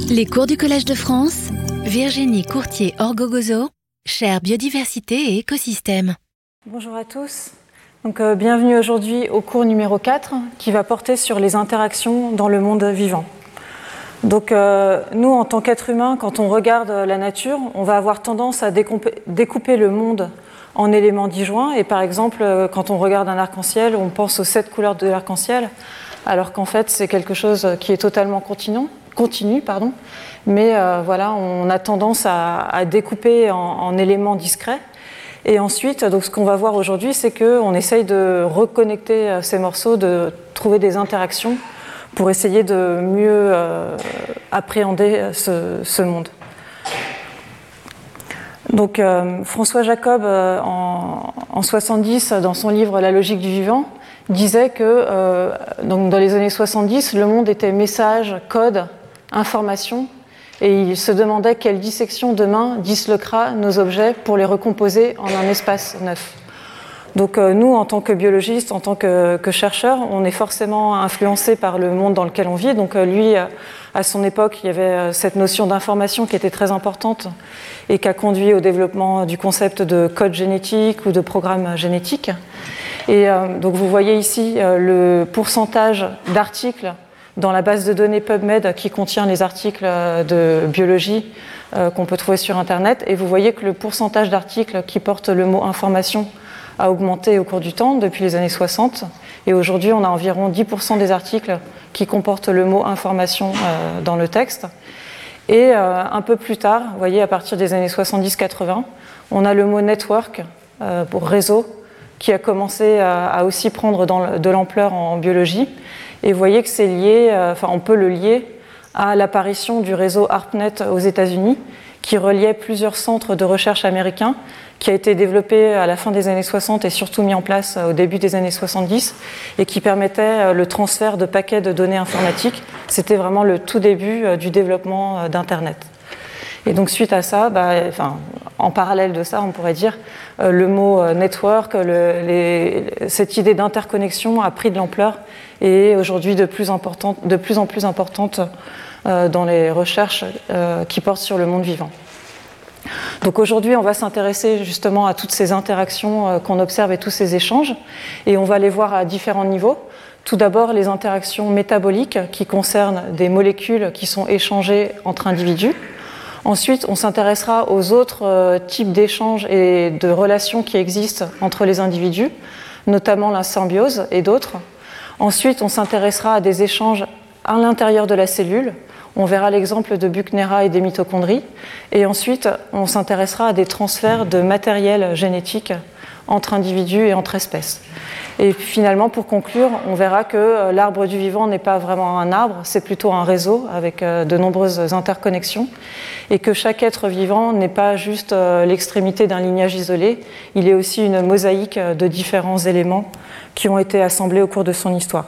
Les cours du Collège de France, Virginie Courtier-Orgogozo, chaire biodiversité et écosystème. Bonjour à tous. Bienvenue aujourd'hui au cours numéro 4 qui va porter sur les interactions dans le monde vivant. Nous, en tant qu'êtres humains, quand on regarde la nature, on va avoir tendance à découper le monde en éléments disjoints. Et par exemple, quand on regarde un arc-en-ciel, on pense aux 7 couleurs de l'arc-en-ciel, alors qu'en fait, c'est quelque chose qui est totalement continu. Mais on a tendance à découper en éléments discrets. Et ensuite, ce qu'on va voir aujourd'hui, c'est qu'on essaye de reconnecter ces morceaux, de trouver des interactions pour essayer de mieux appréhender ce monde. François Jacob, en 70, dans son livre « La logique du vivant », disait que dans les années 70, le monde était message, code, information, et il se demandait quelle dissection demain disloquera nos objets pour les recomposer en un espace neuf. Nous, en tant que biologistes, en tant que chercheurs, on est forcément influencés par le monde dans lequel on vit. Lui, à son époque, il y avait cette notion d'information qui était très importante et qui a conduit au développement du concept de code génétique ou de programme génétique. Et vous voyez ici le pourcentage d'articles dans la base de données PubMed qui contient les articles de biologie qu'on peut trouver sur Internet. Et vous voyez que le pourcentage d'articles qui portent le mot information a augmenté au cours du temps, depuis les années 60. Et aujourd'hui, on a environ 10% des articles qui comportent le mot information dans le texte. Et un peu plus tard, vous voyez, à partir des années 70-80, on a le mot network pour réseau qui a commencé à aussi prendre de l'ampleur en biologie. Et vous voyez que c'est lié, on peut le lier à l'apparition du réseau ARPANET aux États-Unis, qui reliait plusieurs centres de recherche américains, qui a été développé à la fin des années 60 et surtout mis en place au début des années 70, et qui permettait le transfert de paquets de données informatiques. C'était vraiment le tout début du développement d'Internet. Et donc suite à ça, en parallèle de ça, on pourrait dire, le mot network, cette idée d'interconnexion a pris de l'ampleur et est aujourd'hui de plus en plus importante dans les recherches qui portent sur le monde vivant. Donc aujourd'hui, on va s'intéresser justement à toutes ces interactions qu'on observe et tous ces échanges, et on va les voir à différents niveaux. Tout d'abord, les interactions métaboliques qui concernent des molécules qui sont échangées entre individus. Ensuite, on s'intéressera aux autres types d'échanges et de relations qui existent entre les individus, notamment la symbiose et d'autres. Ensuite, on s'intéressera à des échanges à l'intérieur de la cellule. On verra l'exemple de Buchnera et des mitochondries. Et ensuite, on s'intéressera à des transferts de matériel génétique entre individus et entre espèces. Et puis finalement, pour conclure, on verra que l'arbre du vivant n'est pas vraiment un arbre, c'est plutôt un réseau avec de nombreuses interconnexions, et que chaque être vivant n'est pas juste l'extrémité d'un lignage isolé, il est aussi une mosaïque de différents éléments qui ont été assemblés au cours de son histoire.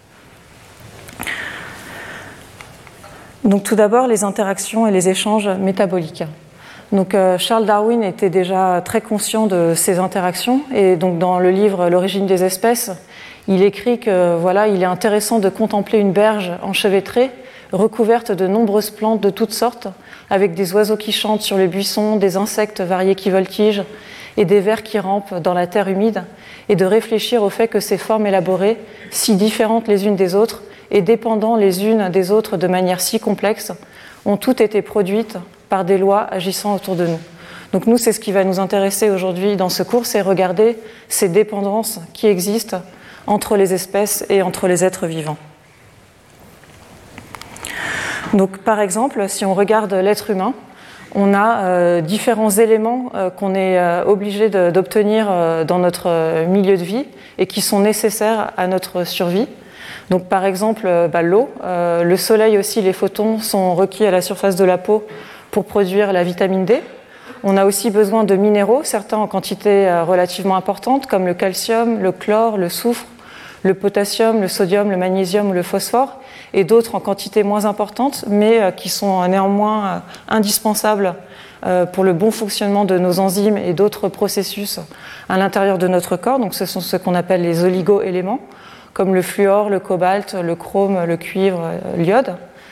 Donc tout d'abord, les interactions et les échanges métaboliques. Charles Darwin était déjà très conscient de ces interactions, et donc dans le livre L'origine des espèces, il écrit que il est intéressant de contempler une berge enchevêtrée, recouverte de nombreuses plantes de toutes sortes, avec des oiseaux qui chantent sur les buissons, des insectes variés qui voltigent, et des vers qui rampent dans la terre humide, et de réfléchir au fait que ces formes élaborées, si différentes les unes des autres, et dépendant les unes des autres de manière si complexe, ont toutes été produites par des lois agissant autour de nous. Donc nous, c'est ce qui va nous intéresser aujourd'hui dans ce cours, c'est regarder ces dépendances qui existent entre les espèces et entre les êtres vivants. Donc par exemple, si on regarde l'être humain, on a différents éléments qu'on est obligé d'obtenir dans notre milieu de vie et qui sont nécessaires à notre survie. Donc par exemple, l'eau, le soleil aussi, les photons sont requis à la surface de la peau pour produire la vitamine D. On a aussi besoin de minéraux, certains en quantité relativement importante, comme le calcium, le chlore, le soufre, le potassium, le sodium, le magnésium ou le phosphore, et d'autres en quantité moins importante, mais qui sont néanmoins indispensables pour le bon fonctionnement de nos enzymes et d'autres processus à l'intérieur de notre corps. Donc ce sont ce qu'on appelle les oligo-éléments, comme le fluor, le cobalt, le chrome, le cuivre, l'iode.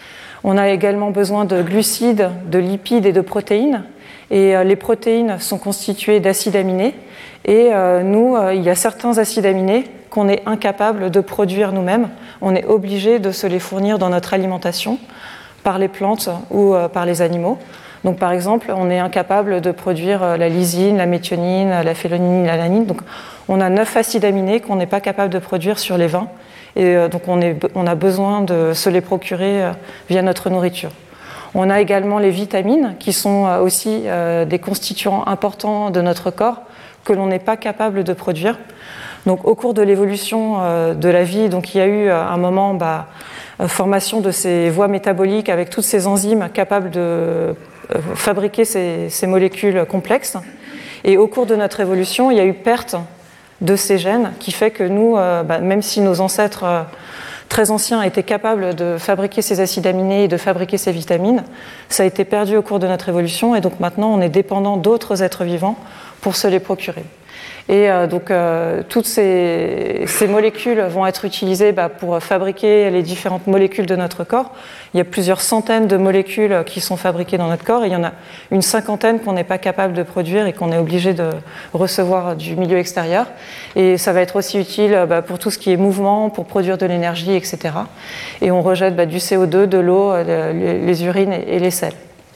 On a également besoin de glucides, de lipides et de protéines. Et les protéines sont constituées d'acides aminés. Et il y a certains acides aminés qu'on est incapable de produire nous-mêmes. On est obligé de se les fournir dans notre alimentation par les plantes ou par les animaux. Donc par exemple, on est incapable de produire la lysine, la méthionine, la phénolynine, l'alanine. Donc on a 9 acides aminés qu'on n'est pas capable de produire sur les 20. Et donc on a besoin de se les procurer via notre nourriture. On a également les vitamines qui sont aussi des constituants importants de notre corps que l'on n'est pas capable de produire. Donc au cours de l'évolution de la vie, donc il y a eu un moment formation de ces voies métaboliques avec toutes ces enzymes capables de fabriquer ces molécules complexes. Et au cours de notre évolution, il y a eu perte de ces gènes qui fait que nous, même si nos ancêtres très anciens étaient capables de fabriquer ces acides aminés et de fabriquer ces vitamines, ça a été perdu au cours de notre évolution et donc maintenant on est dépendant d'autres êtres vivants pour se les procurer. Et donc toutes ces molécules vont être utilisées pour fabriquer les différentes molécules de notre corps. Il y a plusieurs centaines de molécules qui sont fabriquées dans notre corps et il y en a une cinquantaine qu'on n'est pas capable de produire et qu'on est obligé de recevoir du milieu extérieur. Et ça va être aussi utile pour tout ce qui est mouvement, pour produire de l'énergie, etc. Et on rejette du CO2, de l'eau, les urines et les selles.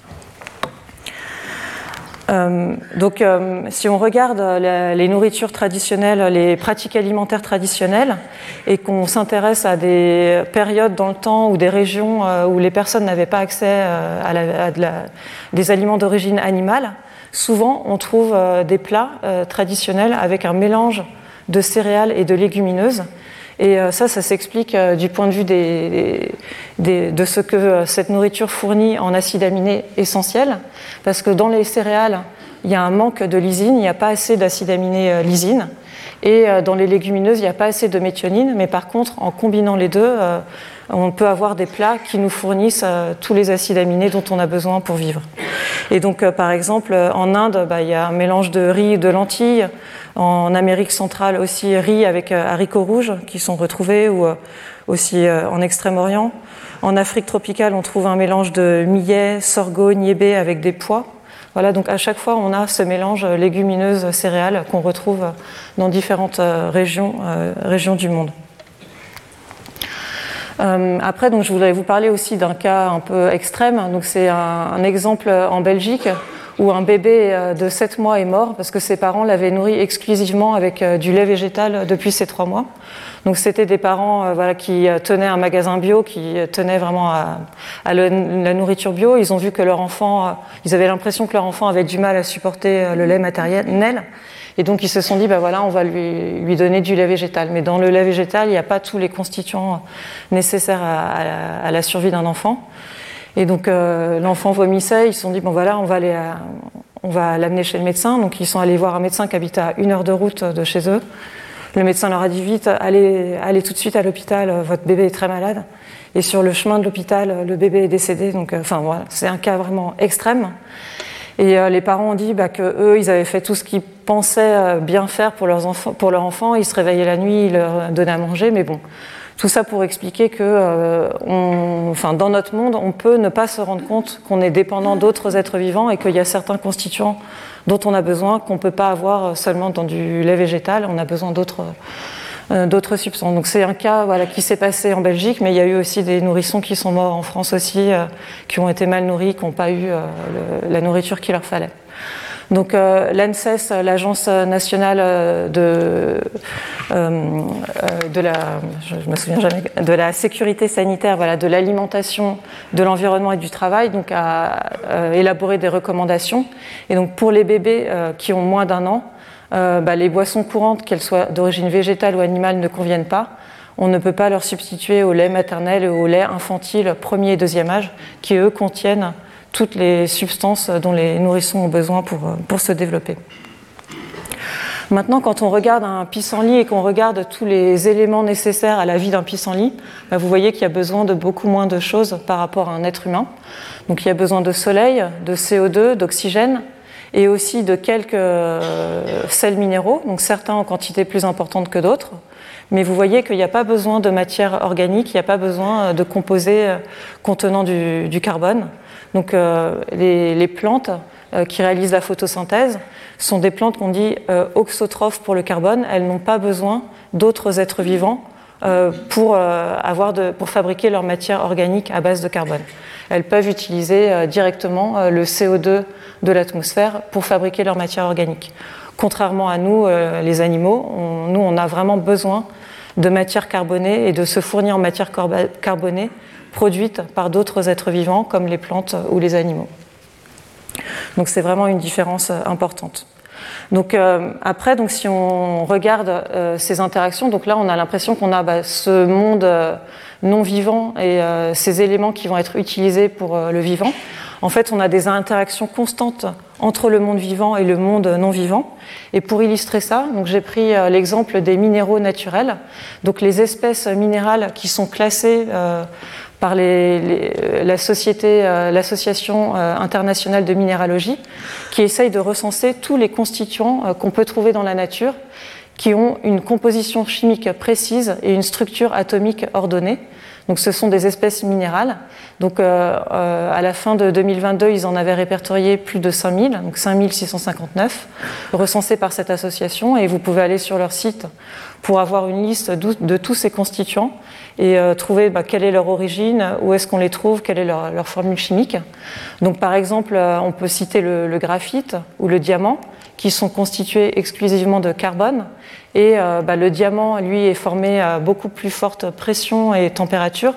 Donc, si on regarde les nourritures traditionnelles, les pratiques alimentaires traditionnelles, et qu'on s'intéresse à des périodes dans le temps ou des régions où les personnes n'avaient pas accès à des aliments d'origine animale, souvent on trouve des plats traditionnels avec un mélange de céréales et de légumineuses. Et ça s'explique du point de vue de ce que cette nourriture fournit en acides aminés essentiels, parce que dans les céréales, il y a un manque de lysine, il n'y a pas assez d'acides aminés lysine, et dans les légumineuses, il n'y a pas assez de méthionine, mais par contre, en combinant les deux, on peut avoir des plats qui nous fournissent tous les acides aminés dont on a besoin pour vivre. Et donc, par exemple, en Inde, il y a un mélange de riz et de lentilles. En Amérique centrale aussi, riz avec haricots rouges qui sont retrouvés, ou aussi en Extrême-Orient. En Afrique tropicale, on trouve un mélange de millet, sorgho, niébé avec des pois. Voilà, donc à chaque fois, on a ce mélange légumineuse céréales qu'on retrouve dans différentes régions du monde. Après, donc, je voudrais vous parler aussi d'un cas un peu extrême. Donc, c'est un exemple en Belgique où un bébé de 7 mois est mort parce que ses parents l'avaient nourri exclusivement avec du lait végétal depuis ses 3 mois. Donc c'était des parents qui tenaient un magasin bio, qui tenaient vraiment à la nourriture bio. Ils ont vu que leur enfant, ils avaient l'impression que leur enfant avait du mal à supporter le lait maternel. Et donc ils se sont dit, on va lui donner du lait végétal. Mais dans le lait végétal, il n'y a pas tous les constituants nécessaires à la survie d'un enfant. Et donc l'enfant vomissait, ils se sont dit, on va l'amener chez le médecin. Donc ils sont allés voir un médecin qui habite à 1 heure de route de chez eux. Le médecin leur a dit, vite, allez tout de suite à l'hôpital, votre bébé est très malade. Et sur le chemin de l'hôpital, le bébé est décédé. Donc c'est un cas vraiment extrême. Et les parents ont dit que eux, ils avaient fait tout ce qu'ils pensaient bien faire pour leur enfant. Ils se réveillaient la nuit, ils leur donnaient à manger, mais bon. Tout ça pour expliquer que dans notre monde, on peut ne pas se rendre compte qu'on est dépendant d'autres êtres vivants et qu'il y a certains constituants dont on a besoin qu'on ne peut pas avoir seulement dans du lait végétal. On a besoin d'autres substances. Donc c'est un cas qui s'est passé en Belgique, mais il y a eu aussi des nourrissons qui sont morts en France aussi, qui ont été mal nourris, qui n'ont pas eu la nourriture qu'il leur fallait. Donc l'ANSES, l'Agence nationale de la sécurité sanitaire, de l'alimentation, de l'environnement et du travail, donc a élaboré des recommandations. Et donc pour les bébés qui ont moins d'1 an, les boissons courantes, qu'elles soient d'origine végétale ou animale, ne conviennent pas. On ne peut pas leur substituer au lait maternel et au lait infantile premier et deuxième âge, qui eux contiennent toutes les substances dont les nourrissons ont besoin pour se développer. Maintenant, quand on regarde un pissenlit et qu'on regarde tous les éléments nécessaires à la vie d'un pissenlit, vous voyez qu'il y a besoin de beaucoup moins de choses par rapport à un être humain. Donc il y a besoin de soleil, de CO2, d'oxygène, et aussi de quelques sels minéraux, donc certains en quantité plus importante que d'autres. Mais vous voyez qu'il n'y a pas besoin de matière organique, il n'y a pas besoin de composés contenant du carbone. Donc les plantes qui réalisent la photosynthèse sont des plantes qu'on dit auxotrophes pour le carbone. Elles n'ont pas besoin d'autres êtres vivants pour fabriquer leur matière organique à base de carbone. Elles peuvent utiliser directement le CO2 de l'atmosphère pour fabriquer leur matière organique. Contrairement à nous, les animaux, on a vraiment besoin de matière carbonée et de se fournir en matière carbonée produite par d'autres êtres vivants comme les plantes ou les animaux. Donc c'est vraiment une différence importante. Donc après, si on regarde ces interactions, donc là on a l'impression qu'on a ce monde non vivant et ces éléments qui vont être utilisés pour le vivant. En fait, on a des interactions constantes entre le monde vivant et le monde non vivant. Et pour illustrer ça, donc j'ai pris l'exemple des minéraux naturels, donc les espèces minérales qui sont classées par l'Association internationale de minéralogie, qui essaye de recenser tous les constituants qu'on peut trouver dans la nature, qui ont une composition chimique précise et une structure atomique ordonnée. Donc ce sont des espèces minérales. Donc à la fin de 2022, ils en avaient répertorié plus de 5000, donc 5659, recensés par cette association. Et vous pouvez aller sur leur site pour avoir une liste de tous ces constituants et trouver quelle est leur origine, où est-ce qu'on les trouve, quelle est leur formule chimique. Donc par exemple, on peut citer le graphite ou le diamant, qui sont constitués exclusivement de carbone. Et le diamant, lui, est formé à beaucoup plus forte pression et température.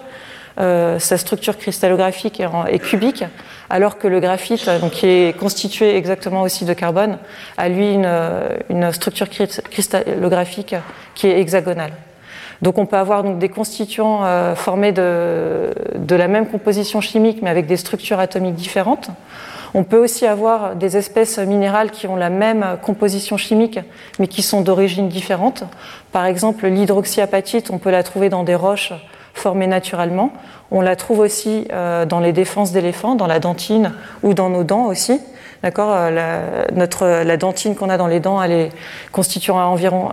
Sa structure cristallographique est cubique, alors que le graphite, donc, qui est constitué exactement aussi de carbone, a lui une structure cristallographique qui est hexagonale. Donc on peut avoir donc, des constituants formés de la même composition chimique, mais avec des structures atomiques différentes. On peut aussi avoir des espèces minérales qui ont la même composition chimique, mais qui sont d'origine différente. Par exemple, l'hydroxyapatite, on peut la trouver dans des roches formées naturellement. On la trouve aussi dans les défenses d'éléphants, dans la dentine ou dans nos dents aussi. D'accord, la dentine qu'on a dans les dents, elle est constituée à environ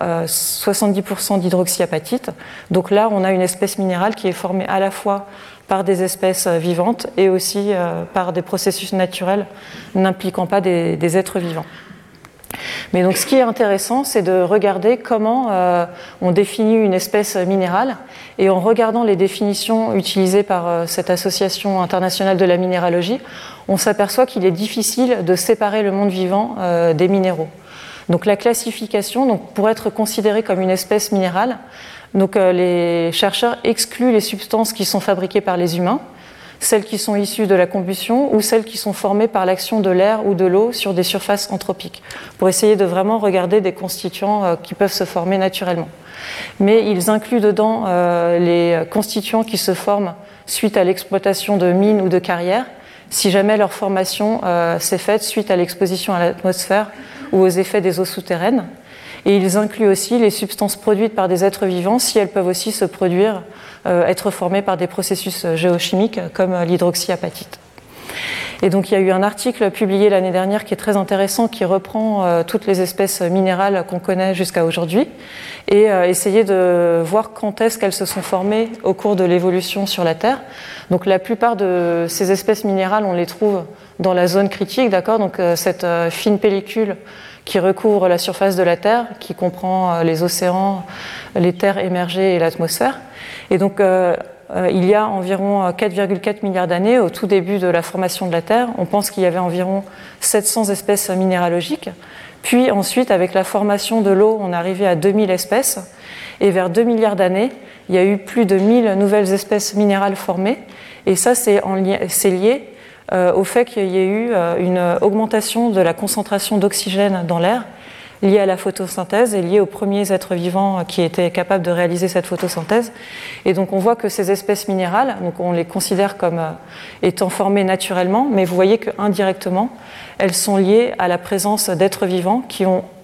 70% d'hydroxyapatite. Donc là, on a une espèce minérale qui est formée à la fois par des espèces vivantes et aussi par des processus naturels n'impliquant pas des êtres vivants. Mais donc ce qui est intéressant, c'est de regarder comment on définit une espèce minérale, et en regardant les définitions utilisées par cette association internationale de la minéralogie, on s'aperçoit qu'il est difficile de séparer le monde vivant des minéraux. Donc la classification, donc, pour être considérée comme une espèce minérale, donc, les chercheurs excluent les substances qui sont fabriquées par les humains, celles qui sont issues de la combustion ou celles qui sont formées par l'action de l'air ou de l'eau sur des surfaces anthropiques, pour essayer de vraiment regarder des constituants qui peuvent se former naturellement. Mais ils incluent dedans les constituants qui se forment suite à l'exploitation de mines ou de carrières, si jamais leur formation s'est faite suite à l'exposition à l'atmosphère ou aux effets des eaux souterraines. Et ils incluent aussi les substances produites par des êtres vivants, si elles peuvent aussi se produire, être formées par des processus géochimiques comme l'hydroxyapatite. Et donc il y a eu un article publié l'année dernière qui est très intéressant, qui reprend toutes les espèces minérales qu'on connaît jusqu'à aujourd'hui et essayer de voir quand est-ce qu'elles se sont formées au cours de l'évolution sur la Terre. Donc la plupart de ces espèces minérales, on les trouve dans la zone critique, d'accord ? Donc cette fine pellicule qui recouvre la surface de la Terre, qui comprend les océans, les terres émergées et l'atmosphère. Et donc il y a environ 4,4 milliards d'années, au tout début de la formation de la Terre, on pense qu'il y avait environ 700 espèces minéralogiques. Puis ensuite, avec la formation de l'eau, on est arrivé à 2000 espèces. Et vers 2 milliards d'années, il y a eu plus de 1000 nouvelles espèces minérales formées. Et ça, c'est lié au fait qu'il y ait eu une augmentation de la concentration d'oxygène dans l'air, liée à la photosynthèse et liée aux premiers êtres vivants qui étaient capables de réaliser cette photosynthèse. Et donc on voit que ces espèces minérales, donc on les considère comme étant formées naturellement, mais vous voyez qu'indirectement, elles sont liées à la présence d'êtres vivants qui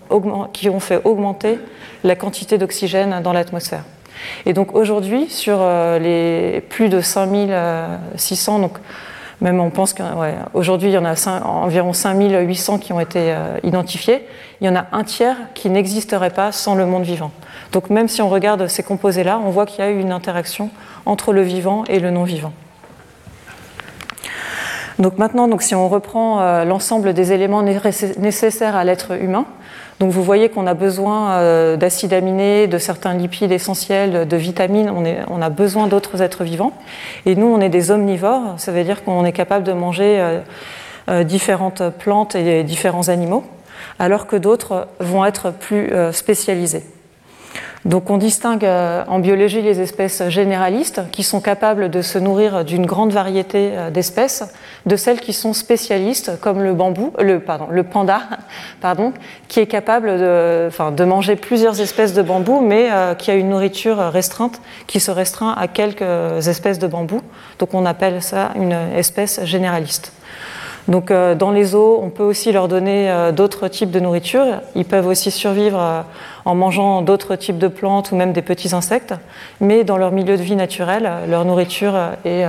ont fait augmenter la quantité d'oxygène dans l'atmosphère. Et donc aujourd'hui, sur les plus de 5600, donc Même on pense qu'aujourd'hui, il y en a environ 5800 qui ont été identifiés. Il y en a un tiers qui n'existerait pas sans le monde vivant. Donc même si on regarde ces composés-là, on voit qu'il y a eu une interaction entre le vivant et le non-vivant. Donc maintenant, si on reprend l'ensemble des éléments nécessaires à l'être humain, donc vous voyez qu'on a besoin d'acides aminés, de certains lipides essentiels, de vitamines, on a besoin d'autres êtres vivants. Et nous, on est des omnivores, ça veut dire qu'on est capable de manger différentes plantes et différents animaux, alors que d'autres vont être plus spécialisés. Donc on distingue en biologie les espèces généralistes qui sont capables de se nourrir d'une grande variété d'espèces, de celles qui sont spécialistes comme le panda, qui est capable de manger plusieurs espèces de bambou, mais qui a une nourriture restreinte, qui se restreint à quelques espèces de bambou. Donc on appelle ça une espèce généraliste. Donc dans les zoos, on peut aussi leur donner d'autres types de nourriture. Ils peuvent aussi survivre en mangeant d'autres types de plantes ou même des petits insectes. Mais dans leur milieu de vie naturel, leur nourriture est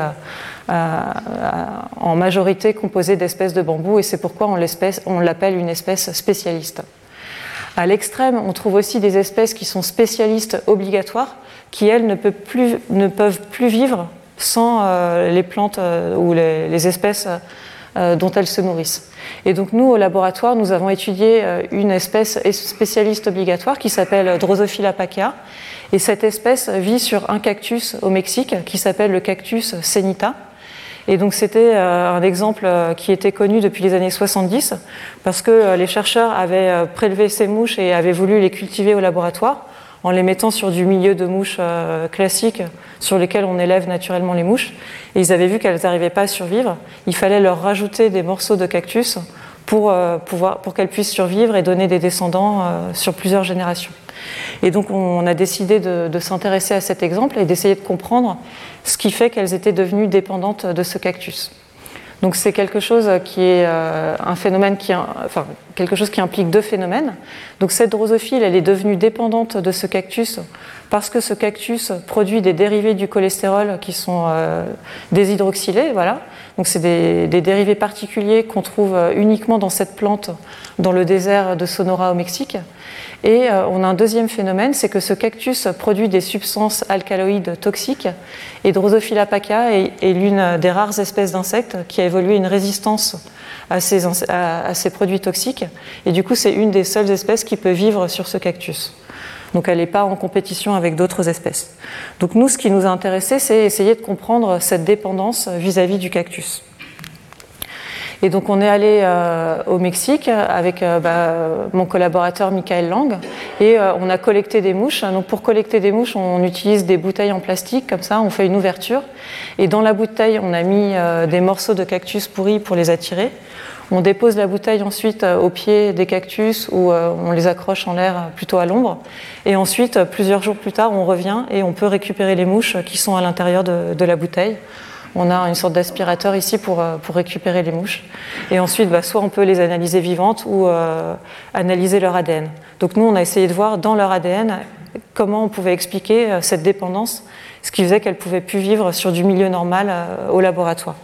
en majorité composée d'espèces de bambou et c'est pourquoi on l'appelle une espèce spécialiste. À l'extrême, on trouve aussi des espèces qui sont spécialistes obligatoires, qui elles ne peuvent plus vivre sans les plantes ou les espèces dont elles se nourrissent. Et donc nous, au laboratoire, nous avons étudié une espèce spécialiste obligatoire qui s'appelle Drosophila pacea. Et cette espèce vit sur un cactus au Mexique qui s'appelle le cactus Senita. Et donc c'était un exemple qui était connu depuis les années 70 parce que les chercheurs avaient prélevé ces mouches et avaient voulu les cultiver au laboratoire en les mettant sur du milieu de mouches classique sur lesquels on élève naturellement les mouches. Et ils avaient vu qu'elles n'arrivaient pas à survivre. Il fallait leur rajouter des morceaux de cactus pour qu'elles puissent survivre et donner des descendants sur plusieurs générations. Et donc on a décidé de s'intéresser à cet exemple et d'essayer de comprendre ce qui fait qu'elles étaient devenues dépendantes de ce cactus. Donc c'est quelque chose qui est un phénomène quelque chose qui implique deux phénomènes. Donc cette drosophile, elle est devenue dépendante de ce cactus parce que ce cactus produit des dérivés du cholestérol qui sont déshydroxylés, voilà. Donc c'est des dérivés particuliers qu'on trouve uniquement dans cette plante dans le désert de Sonora au Mexique. Et on a un deuxième phénomène, c'est que ce cactus produit des substances alcaloïdes toxiques et Drosophila pacea est l'une des rares espèces d'insectes qui a évolué une résistance à ces produits toxiques. Et du coup, c'est une des seules espèces qui peut vivre sur ce cactus. Donc elle n'est pas en compétition avec d'autres espèces. Donc nous, ce qui nous a intéressé, c'est essayer de comprendre cette dépendance vis-à-vis du cactus. Et donc on est allé au Mexique avec mon collaborateur Michael Lang et on a collecté des mouches. Donc pour collecter des mouches, on utilise des bouteilles en plastique, comme ça, on fait une ouverture. Et dans la bouteille, on a mis des morceaux de cactus pourris pour les attirer. On dépose la bouteille ensuite au pied des cactus où on les accroche en l'air plutôt à l'ombre. Et ensuite, plusieurs jours plus tard, on revient et on peut récupérer les mouches qui sont à l'intérieur de la bouteille. On a une sorte d'aspirateur ici pour récupérer les mouches. Et ensuite, soit on peut les analyser vivantes ou analyser leur ADN. Donc nous, on a essayé de voir dans leur ADN comment on pouvait expliquer cette dépendance, ce qui faisait qu'elles ne pouvaient plus vivre sur du milieu normal au laboratoire.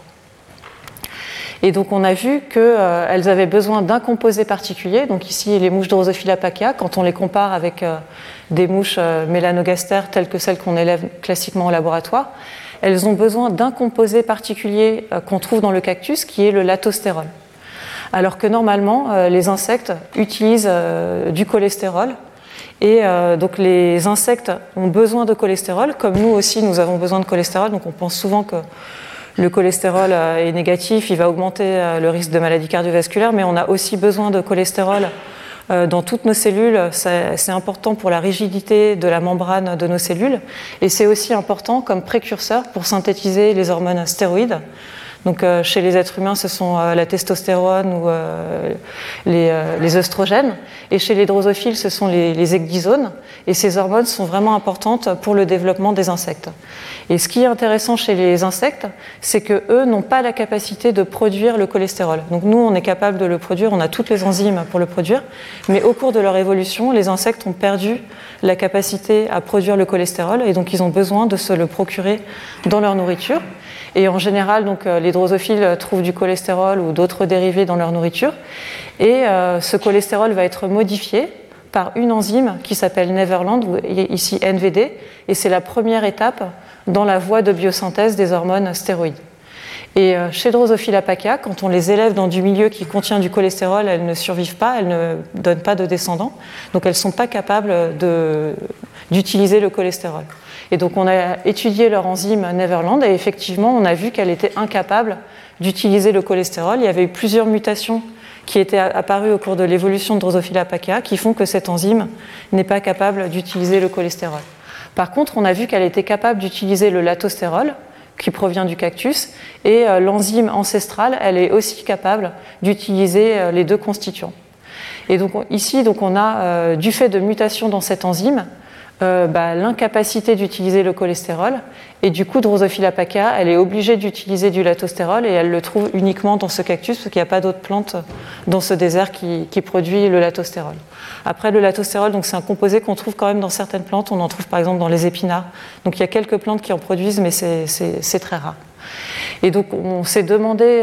Et donc on a vu qu'elles avaient besoin d'un composé particulier. Donc ici, les mouches Drosophila pacea, quand on les compare avec des mouches mélanogastères telles que celles qu'on élève classiquement au laboratoire, elles ont besoin d'un composé particulier qu'on trouve dans le cactus, qui est le latostérol. Alors que normalement, les insectes utilisent du cholestérol. Et donc les insectes ont besoin de cholestérol, comme nous aussi, nous avons besoin de cholestérol. Donc on pense souvent que le cholestérol est négatif, il va augmenter le risque de maladie cardiovasculaire, mais on a aussi besoin de cholestérol dans toutes nos cellules. C'est important pour la rigidité de la membrane de nos cellules et c'est aussi important comme précurseur pour synthétiser les hormones stéroïdes. Donc chez les êtres humains, ce sont la testostérone ou les œstrogènes et chez les drosophiles, ce sont les ecdysones et ces hormones sont vraiment importantes pour le développement des insectes. Et ce qui est intéressant chez les insectes, c'est qu'eux n'ont pas la capacité de produire le cholestérol. Donc nous, on est capable de le produire, on a toutes les enzymes pour le produire, mais au cours de leur évolution, les insectes ont perdu la capacité à produire le cholestérol et donc ils ont besoin de se le procurer dans leur nourriture. Et en général, donc, les drosophiles trouvent du cholestérol ou d'autres dérivés dans leur nourriture. Et ce cholestérol va être modifié par une enzyme qui s'appelle Neverland, ou ici NVD, et c'est la première étape dans la voie de biosynthèse des hormones stéroïdes. Et chez Drosophila pacea, quand on les élève dans du milieu qui contient du cholestérol, elles ne survivent pas, elles ne donnent pas de descendants, donc elles ne sont pas capables d'utiliser le cholestérol. Et donc on a étudié leur enzyme Neverland, et effectivement on a vu qu'elle était incapable d'utiliser le cholestérol. Il y avait eu plusieurs mutations qui étaient apparues au cours de l'évolution de Drosophila pacea qui font que cette enzyme n'est pas capable d'utiliser le cholestérol. Par contre, on a vu qu'elle était capable d'utiliser le latostérol, qui provient du cactus, et l'enzyme ancestrale, elle est aussi capable d'utiliser les deux constituants. Et donc ici, donc, on a, du fait de mutations dans cette enzyme, l'incapacité d'utiliser le cholestérol, et du coup, Drosophila pacea, elle est obligée d'utiliser du latostérol, et elle le trouve uniquement dans ce cactus, parce qu'il n'y a pas d'autres plantes dans ce désert qui produit le latostérol. Après, le latostérol, donc, c'est un composé qu'on trouve quand même dans certaines plantes, on en trouve par exemple dans les épinards, donc il y a quelques plantes qui en produisent, mais c'est très rare. Et donc on s'est demandé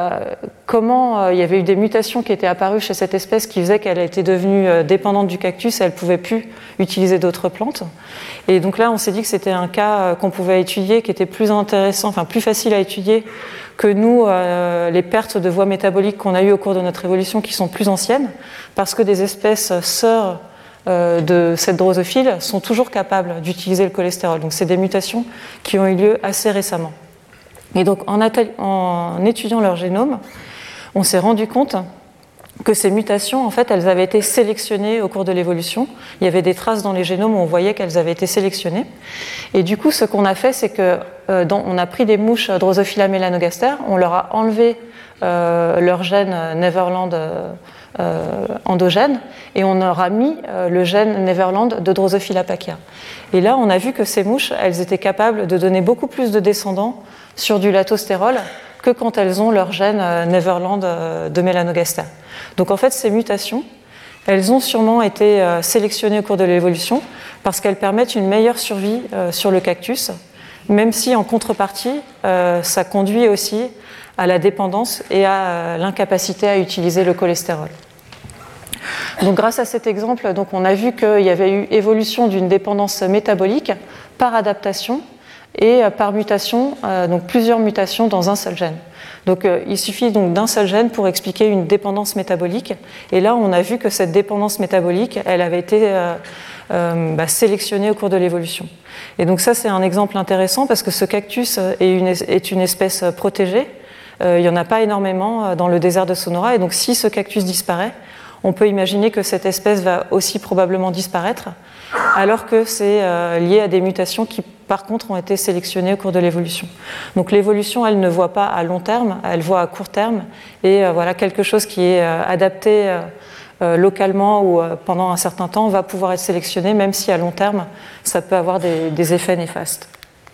comment il y avait eu des mutations qui étaient apparues chez cette espèce qui faisaient qu'elle était devenue dépendante du cactus et elle ne pouvait plus utiliser d'autres plantes. Et donc là on s'est dit que c'était un cas qu'on pouvait étudier, qui était plus intéressant, enfin plus facile à étudier que nous, les pertes de voies métaboliques qu'on a eues au cours de notre évolution qui sont plus anciennes, parce que des espèces sœurs de cette drosophile sont toujours capables d'utiliser le cholestérol. Donc c'est des mutations qui ont eu lieu assez récemment. Et donc, en étudiant leur génome, on s'est rendu compte que ces mutations, en fait, elles avaient été sélectionnées au cours de l'évolution. Il y avait des traces dans les génomes où on voyait qu'elles avaient été sélectionnées. Et du coup, ce qu'on a fait, c'est qu'on a pris des mouches Drosophila melanogaster, on leur a enlevé leur gène Neverland endogène, et on leur a mis le gène Neverland de Drosophila pacea. Et là, on a vu que ces mouches, elles étaient capables de donner beaucoup plus de descendants sur du latostérol que quand elles ont leur gène Neverland de melanogaster. Donc en fait, ces mutations, elles ont sûrement été sélectionnées au cours de l'évolution parce qu'elles permettent une meilleure survie sur le cactus, même si en contrepartie, ça conduit aussi à la dépendance et à l'incapacité à utiliser le cholestérol. Donc grâce à cet exemple, donc, on a vu qu'il y avait eu évolution d'une dépendance métabolique par adaptation et par mutation, donc plusieurs mutations dans un seul gène. Donc il suffit donc d'un seul gène pour expliquer une dépendance métabolique. Et là, on a vu que cette dépendance métabolique, elle avait été sélectionnée au cours de l'évolution. Et donc ça, c'est un exemple intéressant parce que ce cactus est une espèce protégée. Il n'y en a pas énormément dans le désert de Sonora. Et donc si ce cactus disparaît, on peut imaginer que cette espèce va aussi probablement disparaître, alors que c'est lié à des mutations qui, par contre, ont été sélectionnées au cours de l'évolution. Donc l'évolution, elle ne voit pas à long terme, elle voit à court terme, et voilà, quelque chose qui est adapté localement ou pendant un certain temps va pouvoir être sélectionné, même si à long terme, ça peut avoir des effets néfastes.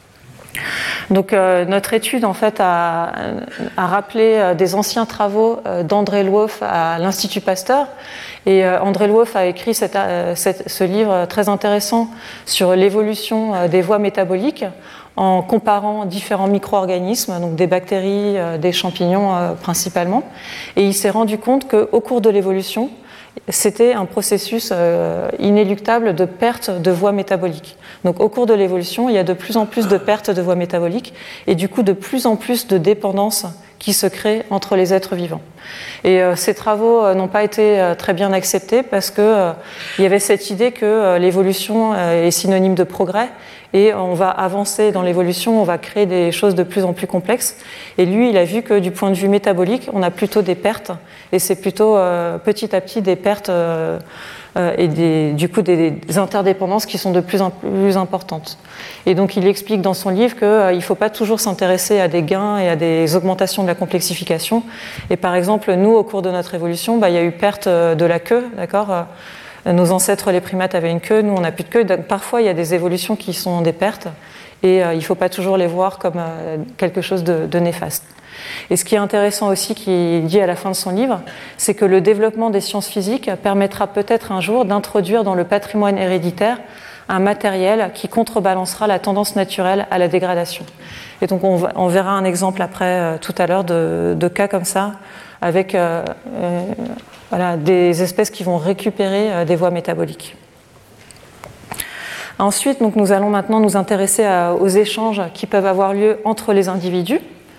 Donc notre étude en fait a rappelé des anciens travaux d'André Lwoff à l'Institut Pasteur, et André Lwoff a écrit ce livre très intéressant sur l'évolution des voies métaboliques en comparant différents micro-organismes, donc des bactéries, des champignons principalement, et il s'est rendu compte qu'au cours de l'évolution, c'était un processus inéluctable de perte de voies métaboliques. Donc au cours de l'évolution, il y a de plus en plus de pertes de voies métaboliques et du coup de plus en plus de dépendance qui se crée entre les êtres vivants. Et ces travaux n'ont pas été très bien acceptés parce que il y avait cette idée que l'évolution est synonyme de progrès et on va avancer dans l'évolution, on va créer des choses de plus en plus complexes. Et lui, il a vu que du point de vue métabolique, on a plutôt des pertes et c'est plutôt petit à petit des pertes et du coup des interdépendances qui sont de plus en plus importantes. Et donc il explique dans son livre qu'il ne faut pas toujours s'intéresser à des gains et à des augmentations de la complexification. Et par exemple, nous, au cours de notre évolution, il y a eu perte de la queue, d'accord ? Nos ancêtres, les primates, avaient une queue, nous, on n'a plus de queue. Donc, parfois, il y a des évolutions qui sont des pertes, et il ne faut pas toujours les voir comme quelque chose de néfaste. Et ce qui est intéressant aussi, qu'il dit à la fin de son livre, c'est que le développement des sciences physiques permettra peut-être un jour d'introduire dans le patrimoine héréditaire un matériel qui contrebalancera la tendance naturelle à la dégradation. Et donc on verra un exemple après tout à l'heure de cas comme ça, avec voilà, des espèces qui vont récupérer des voies métaboliques. Ensuite, donc, nous allons maintenant nous intéresser aux échanges qui peuvent avoir lieu entre les individus.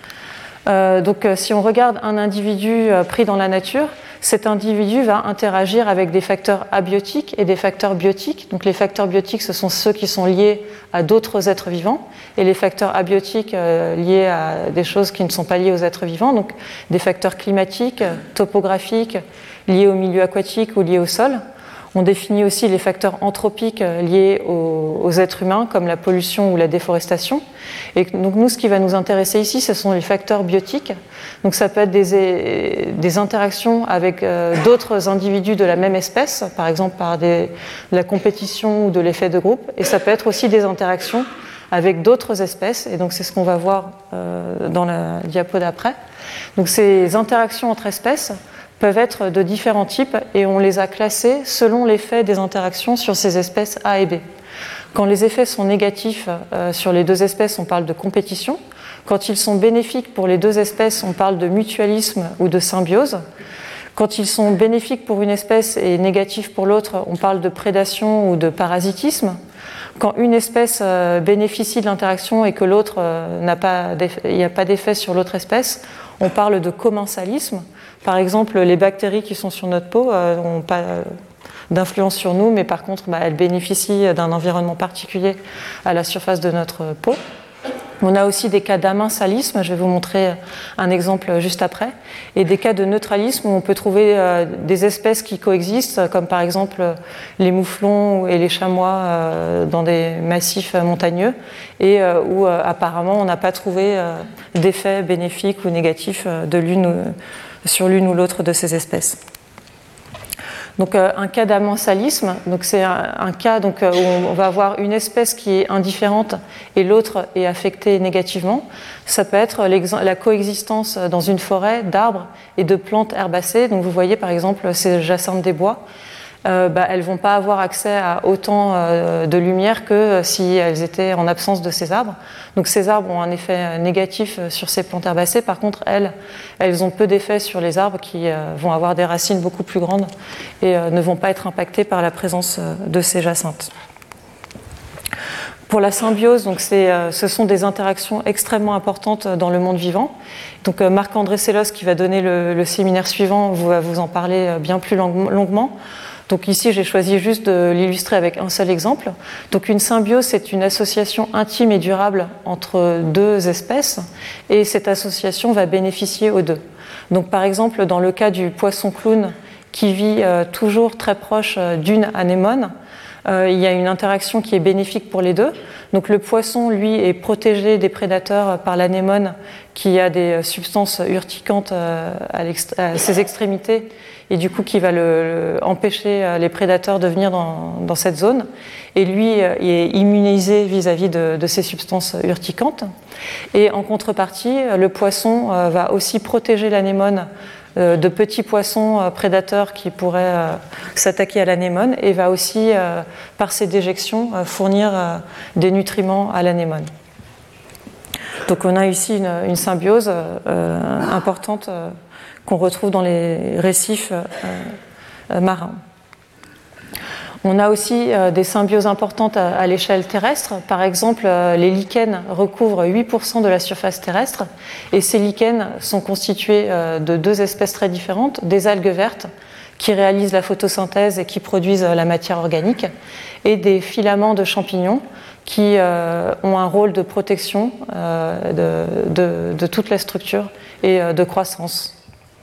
Donc si on regarde un individu pris dans la nature, cet individu va interagir avec des facteurs abiotiques et des facteurs biotiques. Donc les facteurs biotiques, ce sont ceux qui sont liés à d'autres êtres vivants, et les facteurs abiotiques liés à des choses qui ne sont pas liées aux êtres vivants, donc des facteurs climatiques, topographiques, liés au milieu aquatique ou liés au sol. On définit aussi les facteurs anthropiques liés aux êtres humains, comme la pollution ou la déforestation. Et donc nous, ce qui va nous intéresser ici, ce sont les facteurs biotiques. Donc ça peut être des interactions avec d'autres individus de la même espèce, par exemple par de la compétition ou de l'effet de groupe. Et ça peut être aussi des interactions avec d'autres espèces. Et donc c'est ce qu'on va voir dans la diapo d'après. Donc ces interactions entre espèces peuvent être de différents types et on les a classés selon l'effet des interactions sur ces espèces A et B. Quand les effets sont négatifs sur les deux espèces, on parle de compétition. Quand ils sont bénéfiques pour les deux espèces, on parle de mutualisme ou de symbiose. Quand ils sont bénéfiques pour une espèce et négatifs pour l'autre, on parle de prédation ou de parasitisme. Quand une espèce bénéficie de l'interaction et que l'autre il n'y a pas d'effet sur l'autre espèce, on parle de commensalisme. Par exemple, les bactéries qui sont sur notre peau n'ont pas d'influence sur nous, mais par contre, elles bénéficient d'un environnement particulier à la surface de notre peau. On a aussi des cas d'amensalisme, je vais vous montrer un exemple juste après, et des cas de neutralisme où on peut trouver des espèces qui coexistent, comme par exemple les mouflons et les chamois dans des massifs montagneux, et où apparemment on n'a pas trouvé d'effet bénéfique ou négatif sur l'une ou l'autre de ces espèces. Donc un cas d'amensalisme, donc c'est un cas où on va avoir une espèce qui est indifférente et l'autre est affectée négativement. Ça peut être la coexistence dans une forêt d'arbres et de plantes herbacées. Donc vous voyez par exemple ces jacinthes des bois. Elles ne vont pas avoir accès à autant de lumière que si elles étaient en absence de ces arbres. Donc ces arbres ont un effet négatif sur ces plantes herbacées. Par contre, elles ont peu d'effet sur les arbres qui vont avoir des racines beaucoup plus grandes et ne vont pas être impactés par la présence de ces jacinthes. Pour la symbiose, donc ce sont des interactions extrêmement importantes dans le monde vivant. Donc Marc-André Sellos, qui va donner le séminaire suivant, va vous en parler bien plus longuement. Donc ici, j'ai choisi juste de l'illustrer avec un seul exemple. Donc une symbiose, c'est une association intime et durable entre deux espèces, et cette association va bénéficier aux deux. Donc par exemple, dans le cas du poisson clown qui vit toujours très proche d'une anémone, il y a une interaction qui est bénéfique pour les deux. Donc le poisson, lui, est protégé des prédateurs par l'anémone qui a des substances urticantes à ses extrémités et du coup qui va empêcher les prédateurs de venir dans cette zone. Et lui est immunisé vis-à-vis de ces substances urticantes. Et en contrepartie, le poisson va aussi protéger l'anémone de petits poissons prédateurs qui pourraient s'attaquer à l'anémone et va aussi, par ses déjections, fournir des nutriments à l'anémone. Donc on a ici une symbiose importante qu'on retrouve dans les récifs marins. On a aussi des symbioses importantes à l'échelle terrestre. Par exemple, les lichens recouvrent 8% de la surface terrestre et ces lichens sont constitués de deux espèces très différentes, des algues vertes qui réalisent la photosynthèse et qui produisent la matière organique et des filaments de champignons qui ont un rôle de protection de toute la structure et de croissance.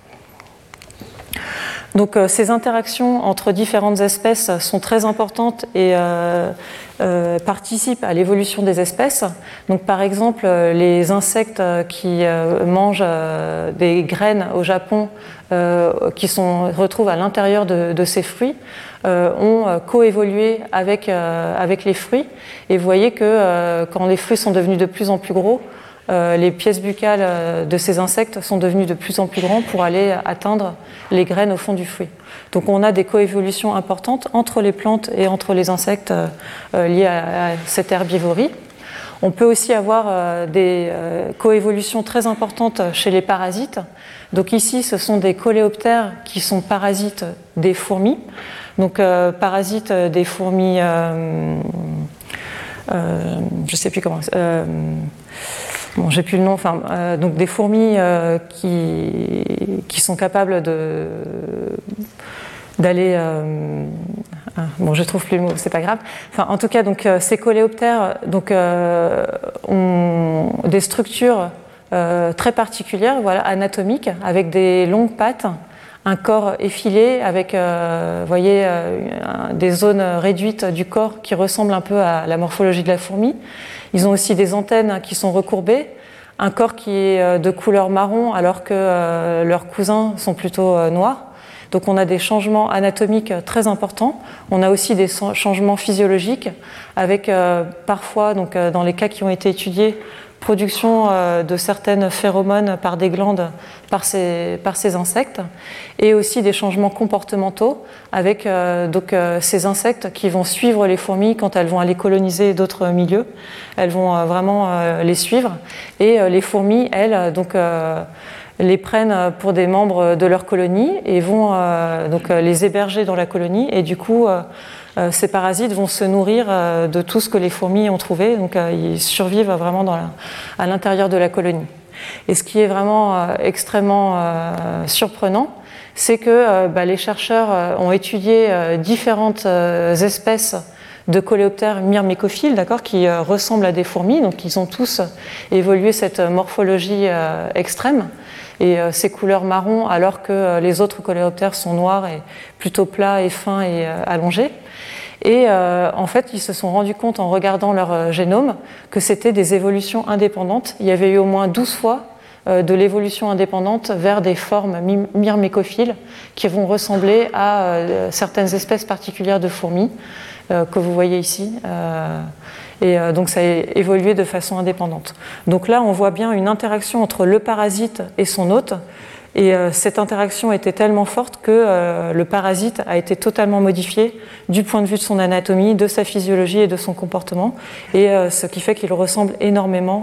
Donc ces interactions entre différentes espèces sont très importantes et participent à l'évolution des espèces. Donc par exemple, les insectes qui mangent des graines au Japon, qui se retrouvent à l'intérieur de ces fruits, ont coévolué avec les fruits. Et vous voyez que quand les fruits sont devenus de plus en plus gros, les pièces buccales de ces insectes sont devenues de plus en plus grandes pour aller atteindre les graines au fond du fruit. Donc on a des coévolutions importantes entre les plantes et entre les insectes liées à cette herbivorie. On peut aussi avoir des coévolutions très importantes chez les parasites. Donc ici, ce sont des coléoptères qui sont parasites des fourmis. Donc parasites des fourmis, je ne sais plus comment. Bon, j'ai plus le nom. Enfin, donc des fourmis qui sont capables d'aller. Bon, je trouve plus le mot, c'est pas grave. Enfin, en tout cas, donc ces coléoptères ont des structures très particulières, voilà, anatomiques, avec des longues pattes, un corps effilé, avec, voyez, des zones réduites du corps qui ressemblent un peu à la morphologie de la fourmi. Ils ont aussi des antennes qui sont recourbées, un corps qui est de couleur marron, alors que leurs cousins sont plutôt noirs. Donc on a des changements anatomiques très importants. On a aussi des changements physiologiques avec parfois, donc, dans les cas qui ont été étudiés, production de certaines phéromones par des glandes par ces insectes, et aussi des changements comportementaux avec ces insectes qui vont suivre les fourmis quand elles vont aller coloniser d'autres milieux. Elles vont vraiment les suivre, et les fourmis, elles, les prennent pour des membres de leur colonie et vont les héberger dans la colonie, et du coup ces parasites vont se nourrir de tout ce que les fourmis ont trouvé, donc ils survivent vraiment à l'intérieur de la colonie. Et ce qui est vraiment extrêmement surprenant, c'est que les chercheurs ont étudié différentes espèces de coléoptères myrmécophiles, d'accord, qui ressemblent à des fourmis, donc ils ont tous évolué cette morphologie extrême et ces couleurs marron, alors que les autres coléoptères sont noirs et plutôt plats et fins et allongés. Et en fait, ils se sont rendus compte en regardant leur génome que c'était des évolutions indépendantes. Il y avait eu au moins 12 fois de l'évolution indépendante vers des formes myrmécophiles qui vont ressembler à certaines espèces particulières de fourmis que vous voyez ici. Donc ça a évolué de façon indépendante. Donc là, on voit bien une interaction entre le parasite et son hôte. Et cette interaction était tellement forte que le parasite a été totalement modifié du point de vue de son anatomie, de sa physiologie et de son comportement, et ce qui fait qu'il ressemble énormément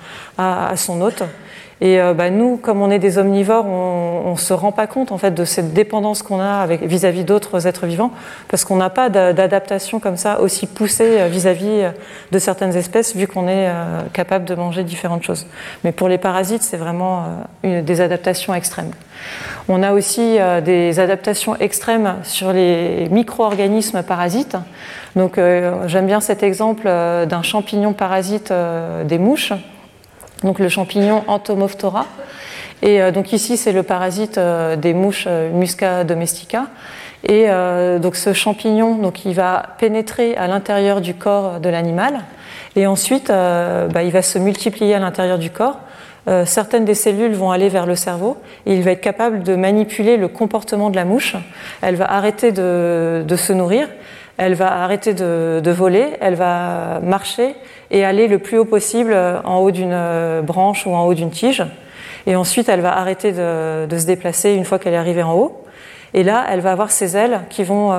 à son hôte. Et nous, comme on est des omnivores, on ne se rend pas compte en fait de cette dépendance qu'on a vis-à-vis d'autres êtres vivants, parce qu'on n'a pas d'adaptation comme ça aussi poussée vis-à-vis de certaines espèces, vu qu'on est capable de manger différentes choses. Mais pour les parasites, c'est vraiment des adaptations extrêmes. On a aussi des adaptations extrêmes sur les micro-organismes parasites. Donc j'aime bien cet exemple d'un champignon parasite des mouches. Donc le champignon Entomophthora. Et donc ici, c'est le parasite des mouches Musca domestica. Et donc ce champignon, donc, il va pénétrer à l'intérieur du corps de l'animal. Et ensuite, il va se multiplier à l'intérieur du corps. Certaines des cellules vont aller vers le cerveau. Et il va être capable de manipuler le comportement de la mouche. Elle va arrêter de se nourrir. Elle va arrêter de voler, elle va marcher et aller le plus haut possible en haut d'une branche ou en haut d'une tige. Et ensuite, elle va arrêter de se déplacer une fois qu'elle est arrivée en haut. Et là, elle va avoir ses ailes qui vont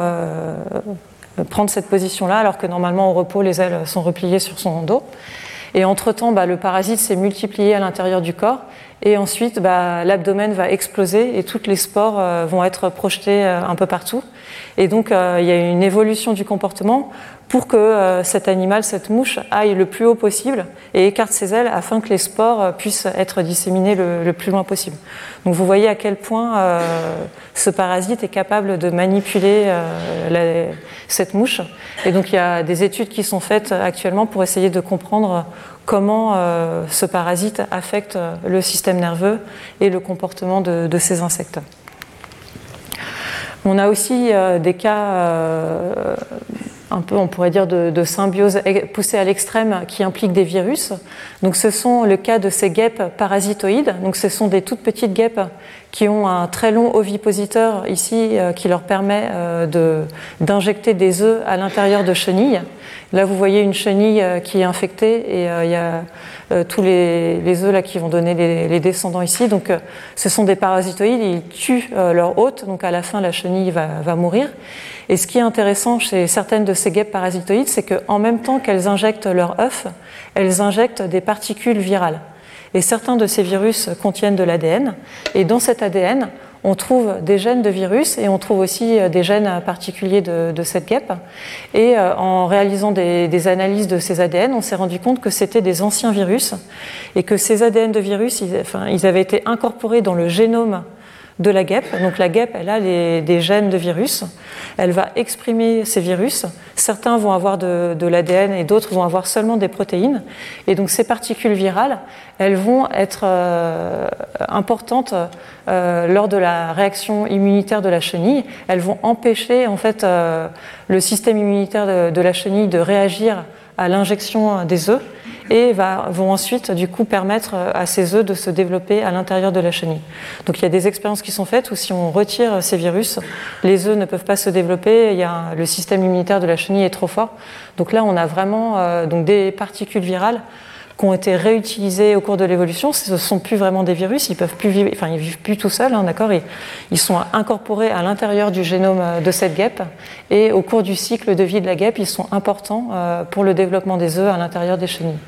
prendre cette position-là, alors que normalement, au repos, les ailes sont repliées sur son dos. Et entre-temps, le parasite s'est multiplié à l'intérieur du corps. Et ensuite, l'abdomen va exploser et toutes les spores vont être projetées un peu partout. Et donc, il y a une évolution du comportement pour que cet animal, cette mouche, aille le plus haut possible et écarte ses ailes afin que les spores puissent être disséminés le plus loin possible. Donc, vous voyez à quel point ce parasite est capable de manipuler cette mouche. Et donc, il y a des études qui sont faites actuellement pour essayer de comprendre comment ce parasite affecte le système nerveux et le comportement de ces insectes. On a aussi des cas un peu, on pourrait dire, de symbiose poussée à l'extrême qui implique des virus. Donc ce sont le cas de ces guêpes parasitoïdes. Donc ce sont des toutes petites guêpes qui ont un très long ovipositeur ici qui leur permet d'injecter des œufs à l'intérieur de chenilles. Là, vous voyez une chenille qui est infectée et il y a tous les œufs là qui vont donner les descendants ici. Donc ce sont des parasitoïdes, ils tuent leur hôte. Donc à la fin, la chenille va mourir. Et ce qui est intéressant chez certaines de ces guêpes parasitoïdes, c'est qu'en même temps qu'elles injectent leurs œufs, elles injectent des particules virales. Et certains de ces virus contiennent de l'ADN. Et dans cet ADN, on trouve des gènes de virus et on trouve aussi des gènes particuliers de cette guêpe. Et en réalisant des analyses de ces ADN, on s'est rendu compte que c'était des anciens virus et que ces ADN de virus, ils avaient été incorporés dans le génome de la guêpe. Donc la guêpe, elle a des gènes de virus. Elle va exprimer ces virus. Certains vont avoir de l'ADN et d'autres vont avoir seulement des protéines. Et donc ces particules virales, elles vont être importantes lors de la réaction immunitaire de la chenille. Elles vont empêcher en fait le système immunitaire de la chenille de réagir à l'injection des œufs et vont ensuite du coup permettre à ces œufs de se développer à l'intérieur de la chenille. Donc il y a des expériences qui sont faites où si on retire ces virus, les œufs ne peuvent pas se développer, le système immunitaire de la chenille est trop fort. Donc là on a vraiment donc des particules virales qui ont été réutilisés au cours de l'évolution. Ce ne sont plus vraiment des virus, ils peuvent plus vivre, enfin ils vivent plus tout seuls, hein, d'accord. Ils sont incorporés à l'intérieur du génome de cette guêpe et au cours du cycle de vie de la guêpe, ils sont importants pour le développement des œufs à l'intérieur des chenilles.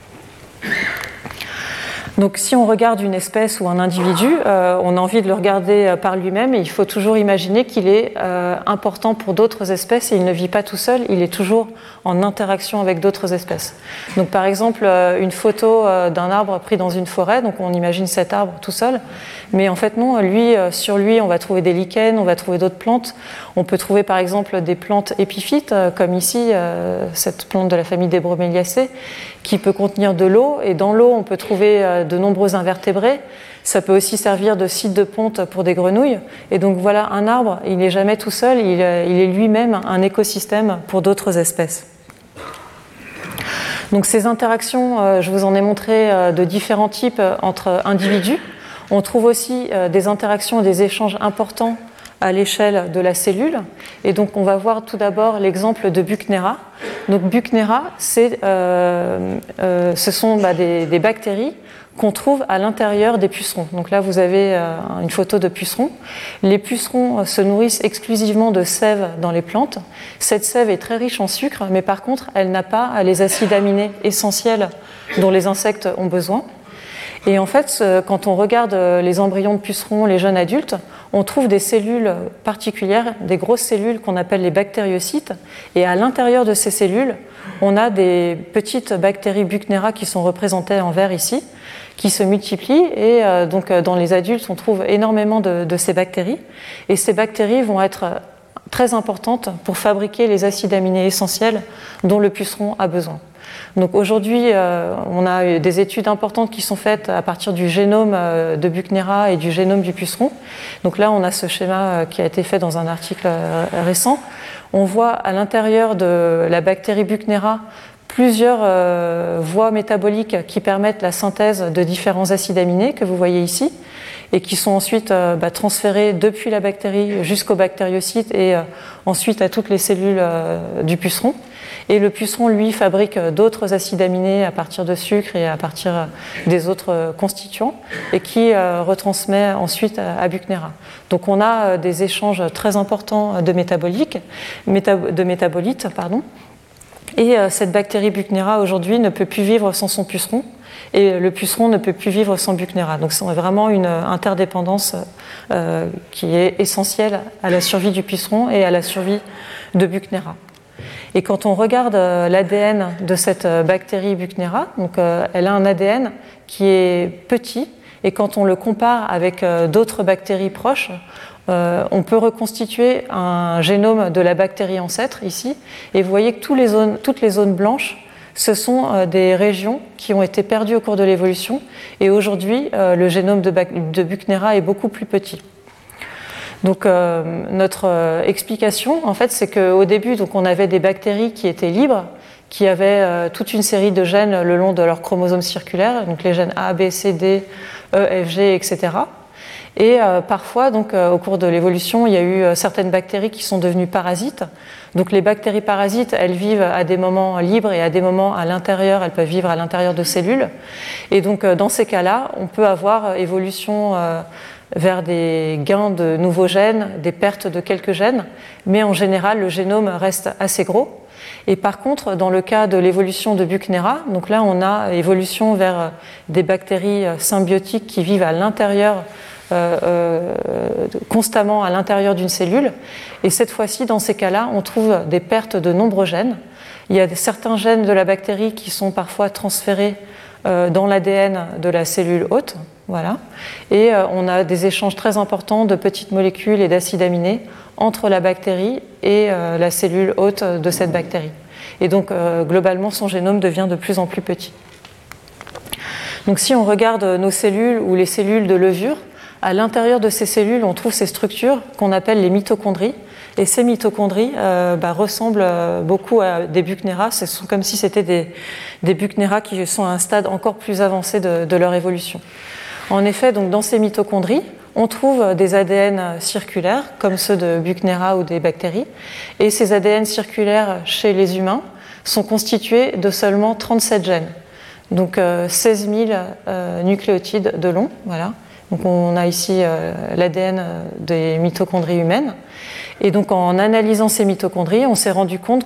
Donc si on regarde une espèce ou un individu, on a envie de le regarder par lui-même et il faut toujours imaginer qu'il est important pour d'autres espèces et il ne vit pas tout seul, il est toujours en interaction avec d'autres espèces. Donc par exemple, une photo d'un arbre pris dans une forêt, donc on imagine cet arbre tout seul, mais en fait non, sur lui on va trouver des lichens, on va trouver d'autres plantes, on peut trouver par exemple des plantes épiphytes, comme ici, cette plante de la famille des Bromeliaceae, qui peut contenir de l'eau, et dans l'eau on peut trouver de nombreux invertébrés. Ça peut aussi servir de site de ponte pour des grenouilles. Et donc voilà, un arbre, il n'est jamais tout seul, il est lui-même un écosystème pour d'autres espèces. Donc ces interactions, je vous en ai montré de différents types entre individus. On trouve aussi des interactions et des échanges importants à l'échelle de la cellule. Et donc on va voir tout d'abord l'exemple de Buchnera. Donc Buchnera, ce sont des bactéries qu'on trouve à l'intérieur des pucerons. Donc là, vous avez une photo de pucerons. Les pucerons se nourrissent exclusivement de sève dans les plantes. Cette sève est très riche en sucre, mais par contre, elle n'a pas les acides aminés essentiels dont les insectes ont besoin. Et en fait, quand on regarde les embryons de pucerons, les jeunes adultes, on trouve des cellules particulières, des grosses cellules qu'on appelle les bactériocytes. Et à l'intérieur de ces cellules, on a des petites bactéries Buchnera qui sont représentées en vert ici, qui se multiplient. Et donc dans les adultes, on trouve énormément de ces bactéries. Et ces bactéries vont être très importantes pour fabriquer les acides aminés essentiels dont le puceron a besoin. Donc aujourd'hui, on a des études importantes qui sont faites à partir du génome de Buchnera et du génome du puceron. Donc là, on a ce schéma qui a été fait dans un article récent. On voit à l'intérieur de la bactérie Buchnera plusieurs voies métaboliques qui permettent la synthèse de différents acides aminés que vous voyez ici et qui sont ensuite transférés depuis la bactérie jusqu'au bactériocyte et ensuite à toutes les cellules du puceron. Et le puceron, lui, fabrique d'autres acides aminés à partir de sucre et à partir des autres constituants et qui retransmet ensuite à Buchnera. Donc on a des échanges très importants de métabolites. Et cette bactérie Buchnera, aujourd'hui, ne peut plus vivre sans son puceron. Et le puceron ne peut plus vivre sans Buchnera. Donc c'est vraiment une interdépendance qui est essentielle à la survie du puceron et à la survie de Buchnera. Et quand on regarde l'ADN de cette bactérie Buchnera, donc elle a un ADN qui est petit, et quand on le compare avec d'autres bactéries proches, on peut reconstituer un génome de la bactérie ancêtre ici, et vous voyez que toutes les zones blanches, ce sont des régions qui ont été perdues au cours de l'évolution, et aujourd'hui le génome de Buchnera est beaucoup plus petit. Donc notre explication, en fait, c'est qu'au début, donc, on avait des bactéries qui étaient libres, qui avaient toute une série de gènes le long de leurs chromosomes circulaires, donc les gènes A, B, C, D, E, F, G, etc. Et parfois, donc, au cours de l'évolution, il y a eu certaines bactéries qui sont devenues parasites. Donc les bactéries parasites, elles vivent à des moments libres et à des moments à l'intérieur, elles peuvent vivre à l'intérieur de cellules. Et donc dans ces cas-là, on peut avoir évolution vers des gains de nouveaux gènes, des pertes de quelques gènes, mais en général, le génome reste assez gros. Et par contre, dans le cas de l'évolution de Buchnera, donc là, on a évolution vers des bactéries symbiotiques qui vivent à l'intérieur, constamment à l'intérieur d'une cellule. Et cette fois-ci, dans ces cas-là, on trouve des pertes de nombreux gènes. Il y a certains gènes de la bactérie qui sont parfois transférés dans l'ADN de la cellule hôte. Voilà. Et on a des échanges très importants de petites molécules et d'acides aminés entre la bactérie et la cellule hôte de cette bactérie. Et donc, globalement, son génome devient de plus en plus petit. Donc, si on regarde nos cellules ou les cellules de levure, à l'intérieur de ces cellules, on trouve ces structures qu'on appelle les mitochondries. Et ces mitochondries ressemblent beaucoup à des Buchnera. Ce sont comme si c'était des Buchnera qui sont à un stade encore plus avancé de leur évolution. En effet, donc, dans ces mitochondries, on trouve des ADN circulaires, comme ceux de Buchnera ou des bactéries. Et ces ADN circulaires chez les humains sont constitués de seulement 37 gènes. Donc 16 000 nucléotides de long. Voilà. Donc on a ici l'ADN des mitochondries humaines. Et donc en analysant ces mitochondries, on s'est rendu compte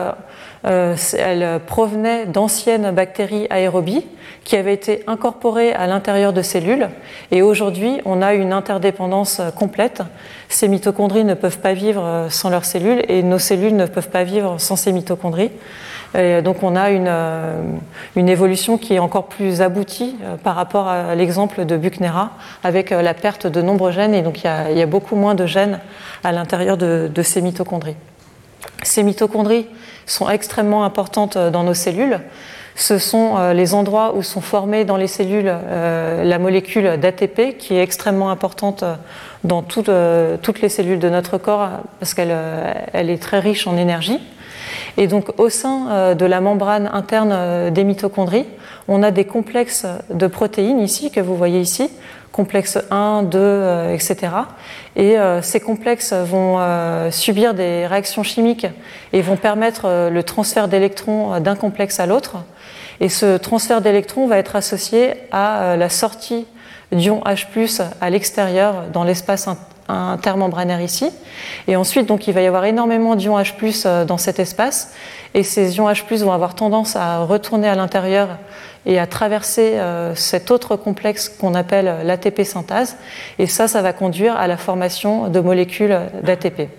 qu'elles provenaient d'anciennes bactéries aérobies qui avaient été incorporées à l'intérieur de cellules. Et aujourd'hui, on a une interdépendance complète. Ces mitochondries ne peuvent pas vivre sans leurs cellules et nos cellules ne peuvent pas vivre sans ces mitochondries. Et donc on a une évolution qui est encore plus aboutie par rapport à l'exemple de Buchnera, avec la perte de nombreux gènes, et donc il y a beaucoup moins de gènes à l'intérieur de ces mitochondries. Ces mitochondries sont extrêmement importantes dans nos cellules. Ce sont les endroits où sont formées dans les cellules la molécule d'ATP, qui est extrêmement importante dans toutes les cellules de notre corps, parce qu'elle est très riche en énergie. Et donc au sein de la membrane interne des mitochondries, on a des complexes de protéines ici, que vous voyez ici, complexes 1, 2, etc. Et ces complexes vont subir des réactions chimiques et vont permettre le transfert d'électrons d'un complexe à l'autre. Et ce transfert d'électrons va être associé à la sortie d'ions H+, à l'extérieur, dans l'espace intermembranaire ici. Et ensuite, donc, il va y avoir énormément d'ions H+, dans cet espace. Et ces ions H+, vont avoir tendance à retourner à l'intérieur et à traverser cet autre complexe qu'on appelle l'ATP synthase. Et ça va conduire à la formation de molécules d'ATP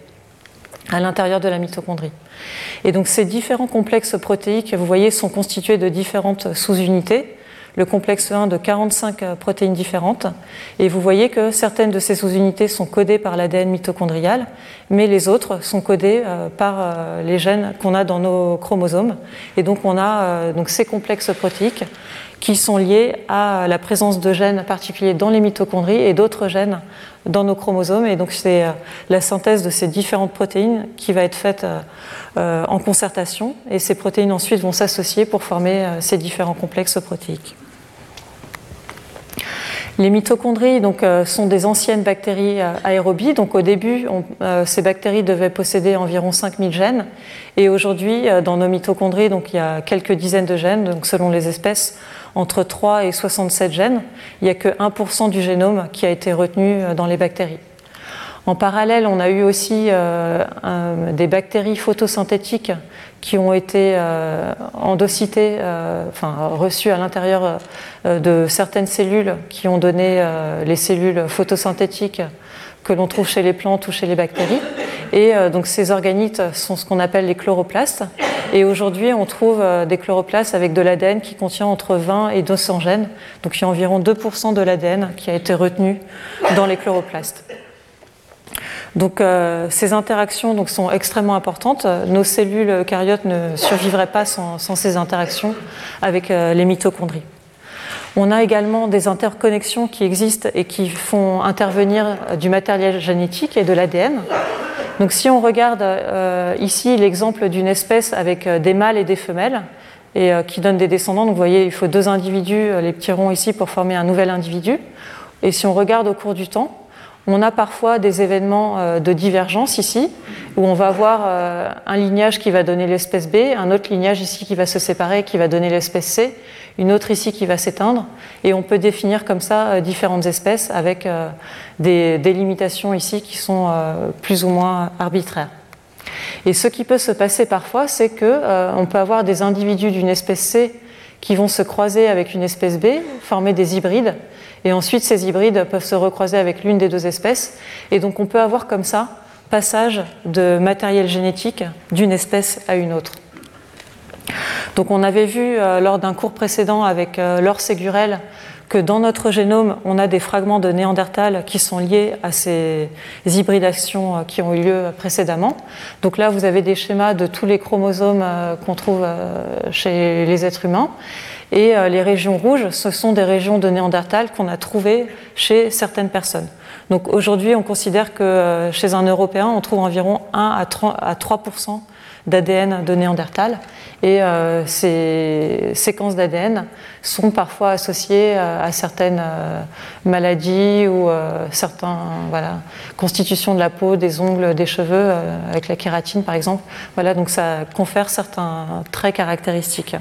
à l'intérieur de la mitochondrie. Et donc ces différents complexes protéiques, vous voyez, sont constitués de différentes sous-unités. Le complexe 1 de 45 protéines différentes. Et vous voyez que certaines de ces sous-unités sont codées par l'ADN mitochondrial, mais les autres sont codées par les gènes qu'on a dans nos chromosomes. Et donc on a donc ces complexes protéiques qui sont liés à la présence de gènes particuliers dans les mitochondries et d'autres gènes dans nos chromosomes. Et donc c'est la synthèse de ces différentes protéines qui va être faite en concertation. Et ces protéines ensuite vont s'associer pour former ces différents complexes protéiques. Les mitochondries donc, sont des anciennes bactéries aérobies. Donc, au début, ces bactéries devaient posséder environ 5000 gènes. Et aujourd'hui, dans nos mitochondries, donc, il y a quelques dizaines de gènes, donc, selon les espèces, entre 3 et 67 gènes. Il n'y a que 1% du génome qui a été retenu dans les bactéries. En parallèle, on a eu aussi des bactéries photosynthétiques qui ont été endocytées, reçues à l'intérieur de certaines cellules qui ont donné les cellules photosynthétiques que l'on trouve chez les plantes ou chez les bactéries. Et donc ces organites sont ce qu'on appelle les chloroplastes. Et aujourd'hui, on trouve des chloroplastes avec de l'ADN qui contient entre 20 et 200 gènes. Donc il y a environ 2% de l'ADN qui a été retenu dans les chloroplastes. Donc ces interactions donc, sont extrêmement importantes. Nos cellules eucaryotes ne survivraient pas sans ces interactions avec les mitochondries. On a également des interconnexions qui existent et qui font intervenir du matériel génétique et de l'ADN. Donc si on regarde ici l'exemple d'une espèce avec des mâles et des femelles, et qui donne des descendants, donc vous voyez, il faut 2 individus, les petits ronds ici, pour former un nouvel individu. Et si on regarde au cours du temps, on a parfois des événements de divergence ici, où on va avoir un lignage qui va donner l'espèce B, un autre lignage ici qui va se séparer, qui va donner l'espèce C, une autre ici qui va s'éteindre, et on peut définir comme ça différentes espèces avec des limitations ici qui sont plus ou moins arbitraires. Et ce qui peut se passer parfois, c'est qu'on peut avoir des individus d'une espèce C qui vont se croiser avec une espèce B, former des hybrides, et ensuite ces hybrides peuvent se recroiser avec l'une des 2 espèces, et donc on peut avoir comme ça passage de matériel génétique d'une espèce à une autre. Donc on avait vu lors d'un cours précédent avec Laure Ségurel que dans notre génome, on a des fragments de Néandertal qui sont liés à ces hybridations qui ont eu lieu précédemment. Donc là, vous avez des schémas de tous les chromosomes qu'on trouve chez les êtres humains. Et les régions rouges, ce sont des régions de Néandertal qu'on a trouvées chez certaines personnes. Donc aujourd'hui, on considère que chez un Européen, on trouve environ 1 à 3% d'ADN de Néandertal. Et ces séquences d'ADN sont parfois associées à certaines maladies ou certaines constitutions de la peau, des ongles, des cheveux, avec la kératine par exemple. Voilà, donc ça confère certains traits caractéristiques.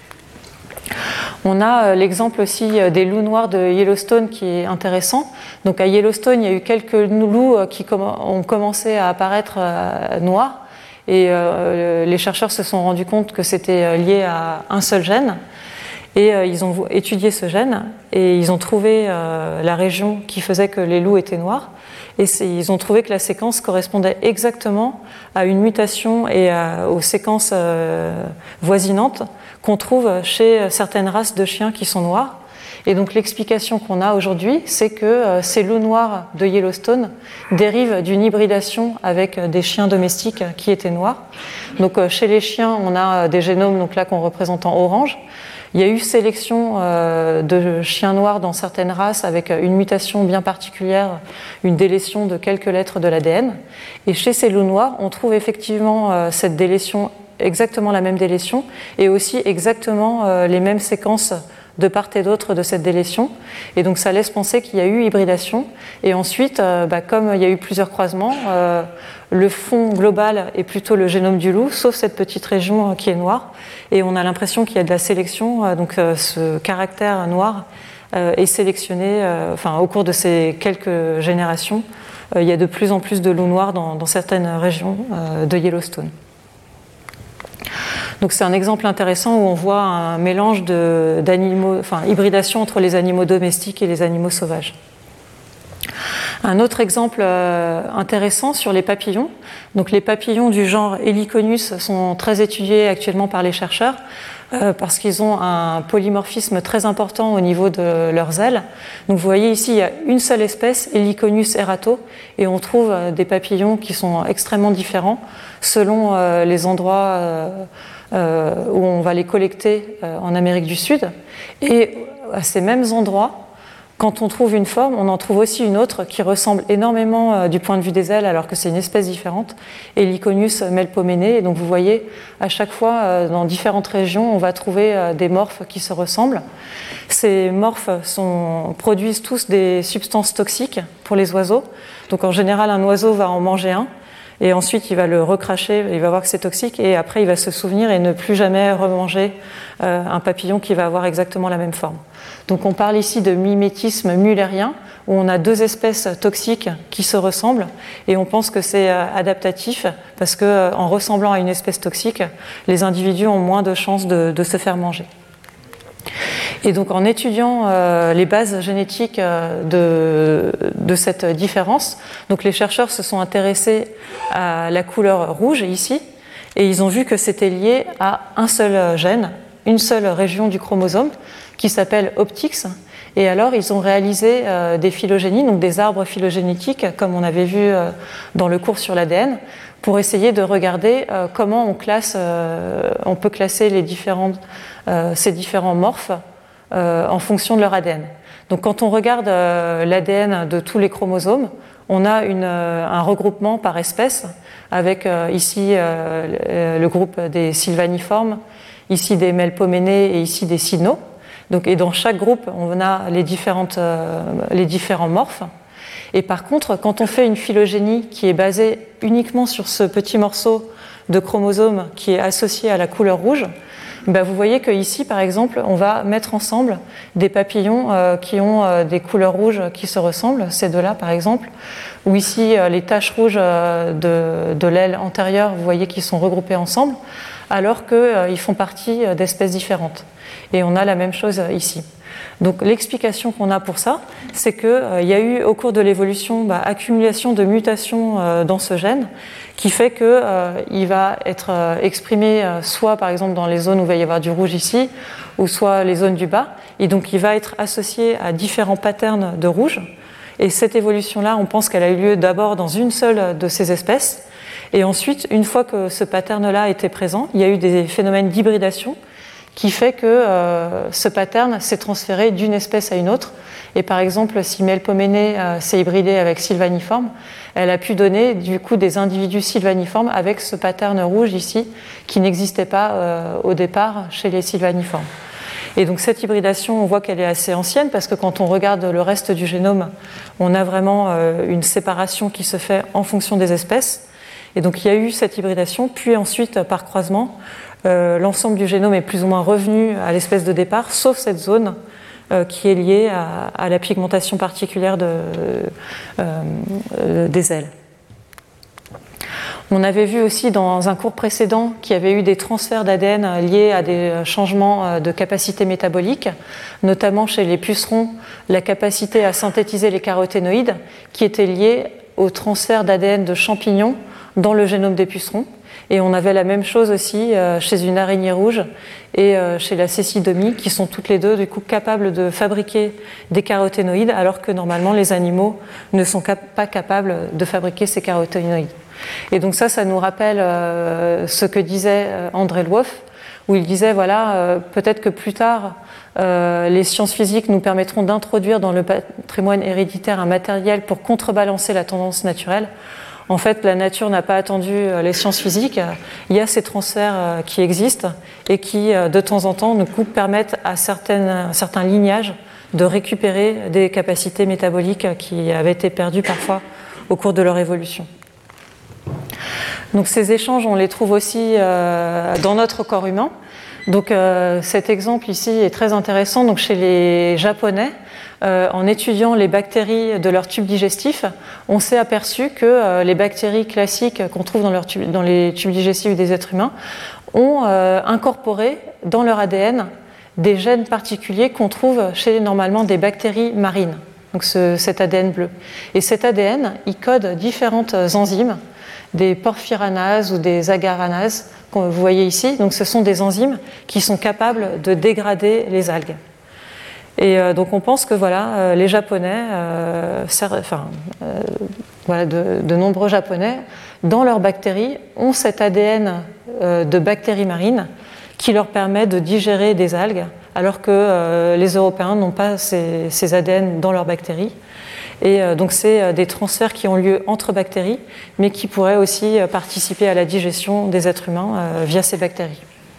On a l'exemple aussi des loups noirs de Yellowstone qui est intéressant. Donc à Yellowstone, il y a eu quelques loups qui ont commencé à apparaître noirs. Et les chercheurs se sont rendus compte que c'était lié à un seul gène. Et ils ont étudié ce gène et ils ont trouvé la région qui faisait que les loups étaient noirs. Et ils ont trouvé que la séquence correspondait exactement à une mutation et aux séquences voisinantes qu'on trouve chez certaines races de chiens qui sont noirs. Et donc l'explication qu'on a aujourd'hui, c'est que ces loups noirs de Yellowstone dérivent d'une hybridation avec des chiens domestiques qui étaient noirs. Donc chez les chiens, on a des génomes donc là qu'on représente en orange. Il y a eu sélection de chiens noirs dans certaines races avec une mutation bien particulière, une délétion de quelques lettres de l'ADN. Et chez ces loups noirs, on trouve effectivement cette délétion, exactement la même délétion, et aussi exactement les mêmes séquences de part et d'autre de cette délétion. Et donc ça laisse penser qu'il y a eu hybridation. Et ensuite, comme il y a eu plusieurs croisements, le fond global est plutôt le génome du loup, sauf cette petite région qui est noire. Et on a l'impression qu'il y a de la sélection, donc ce caractère noir est sélectionné au cours de ces quelques générations. Il y a de plus en plus de loups noirs dans certaines régions de Yellowstone. Donc c'est un exemple intéressant où on voit un mélange d'animaux, hybridation entre les animaux domestiques et les animaux sauvages. Un autre exemple intéressant sur les papillons. Donc les papillons du genre Heliconus sont très étudiés actuellement par les chercheurs parce qu'ils ont un polymorphisme très important au niveau de leurs ailes. Donc vous voyez ici, il y a une seule espèce, Heliconus erato, et on trouve des papillons qui sont extrêmement différents selon les endroits où on va les collecter en Amérique du Sud. Et à ces mêmes endroits, quand on trouve une forme, on en trouve aussi une autre qui ressemble énormément du point de vue des ailes, alors que c'est une espèce différente, Heliconus melpomenae. Et donc vous voyez, à chaque fois, dans différentes régions, on va trouver des morphes qui se ressemblent. Ces morphes produisent tous des substances toxiques pour les oiseaux. Donc en général, un oiseau va en manger un, et ensuite il va le recracher, il va voir que c'est toxique, et après il va se souvenir et ne plus jamais remanger un papillon qui va avoir exactement la même forme. Donc on parle ici de mimétisme mullérien, où on a 2 espèces toxiques qui se ressemblent, et on pense que c'est adaptatif, parce qu'en ressemblant à une espèce toxique, les individus ont moins de chances de se faire manger. Et donc en étudiant les bases génétiques de cette différence, donc les chercheurs se sont intéressés à la couleur rouge ici, et ils ont vu que c'était lié à un seul gène, une seule région du chromosome, qui s'appelle Optix. Et alors ils ont réalisé des phylogénies, donc des arbres phylogénétiques, comme on avait vu dans le cours sur l'ADN, pour essayer de regarder comment on peut classer ces différents morphes en fonction de leur ADN. Donc quand on regarde l'ADN de tous les chromosomes, on a un regroupement par espèce, avec ici le groupe des sylvaniformes, ici des melpoménés et ici des cynos. Donc, et dans chaque groupe, on a les différents morphes. Et par contre, quand on fait une phylogénie qui est basée uniquement sur ce petit morceau de chromosome qui est associé à la couleur rouge, ben vous voyez qu'ici, par exemple, on va mettre ensemble des papillons qui ont des couleurs rouges qui se ressemblent, ces deux-là par exemple, ou ici les taches rouges de l'aile antérieure, vous voyez qu'ils sont regroupés ensemble, alors qu'ils font partie d'espèces différentes. Et on a la même chose ici. Donc l'explication qu'on a pour ça, c'est qu'il y a eu au cours de l'évolution accumulation de mutations dans ce gène qui fait qu'il va être exprimé soit par exemple dans les zones où il va y avoir du rouge ici, ou soit les zones du bas, et donc il va être associé à différents patterns de rouge. Et cette évolution-là, on pense qu'elle a eu lieu d'abord dans une seule de ces espèces, et ensuite, une fois que ce pattern-là était présent, il y a eu des phénomènes d'hybridation qui fait que ce pattern s'est transféré d'une espèce à une autre. Et par exemple, si Melpoménée s'est hybridée avec sylvaniforme, elle a pu donner du coup des individus sylvaniformes avec ce pattern rouge ici, qui n'existait pas au départ chez les sylvaniformes. Et donc cette hybridation, on voit qu'elle est assez ancienne, parce que quand on regarde le reste du génome, on a vraiment une séparation qui se fait en fonction des espèces. Et donc il y a eu cette hybridation, puis ensuite, par croisement, l'ensemble du génome est plus ou moins revenu à l'espèce de départ, sauf cette zone qui est liée à la pigmentation particulière des ailes. On avait vu aussi dans un cours précédent qu'il y avait eu des transferts d'ADN liés à des changements de capacité métabolique, notamment chez les pucerons, la capacité à synthétiser les caroténoïdes, qui était liée au transfert d'ADN de champignons dans le génome des pucerons. Et on avait la même chose aussi chez une araignée rouge et chez la cécidomie, qui sont toutes les deux du coup capables de fabriquer des caroténoïdes, alors que normalement les animaux ne sont pas capables de fabriquer ces caroténoïdes. Et donc ça nous rappelle ce que disait André Lwoff, où il disait voilà, peut-être que plus tard les sciences physiques nous permettront d'introduire dans le patrimoine héréditaire un matériel pour contrebalancer la tendance naturelle. En fait, la nature n'a pas attendu les sciences physiques. Il y a ces transferts qui existent et qui, de temps en temps, nous permettent à certains lignages de récupérer des capacités métaboliques qui avaient été perdues parfois au cours de leur évolution. Donc ces échanges, on les trouve aussi dans notre corps humain. Donc cet exemple ici est très intéressant. Donc chez les Japonais, en étudiant les bactéries de leur tube digestif, on s'est aperçu que les bactéries classiques qu'on trouve dans les tubes digestifs des êtres humains ont incorporé dans leur ADN des gènes particuliers qu'on trouve chez normalement des bactéries marines. Donc cet ADN bleu. Et cet ADN, il code différentes enzymes, des porphyranases ou des agaranases, que vous voyez ici. Donc ce sont des enzymes qui sont capables de dégrader les algues. Et donc on pense que voilà, les Japonais, de nombreux Japonais, dans leurs bactéries, ont cet ADN de bactéries marines qui leur permet de digérer des algues, alors que les Européens n'ont pas ces ADN dans leurs bactéries. Et donc c'est des transferts qui ont lieu entre bactéries, mais qui pourraient aussi participer à la digestion des êtres humains via ces bactéries.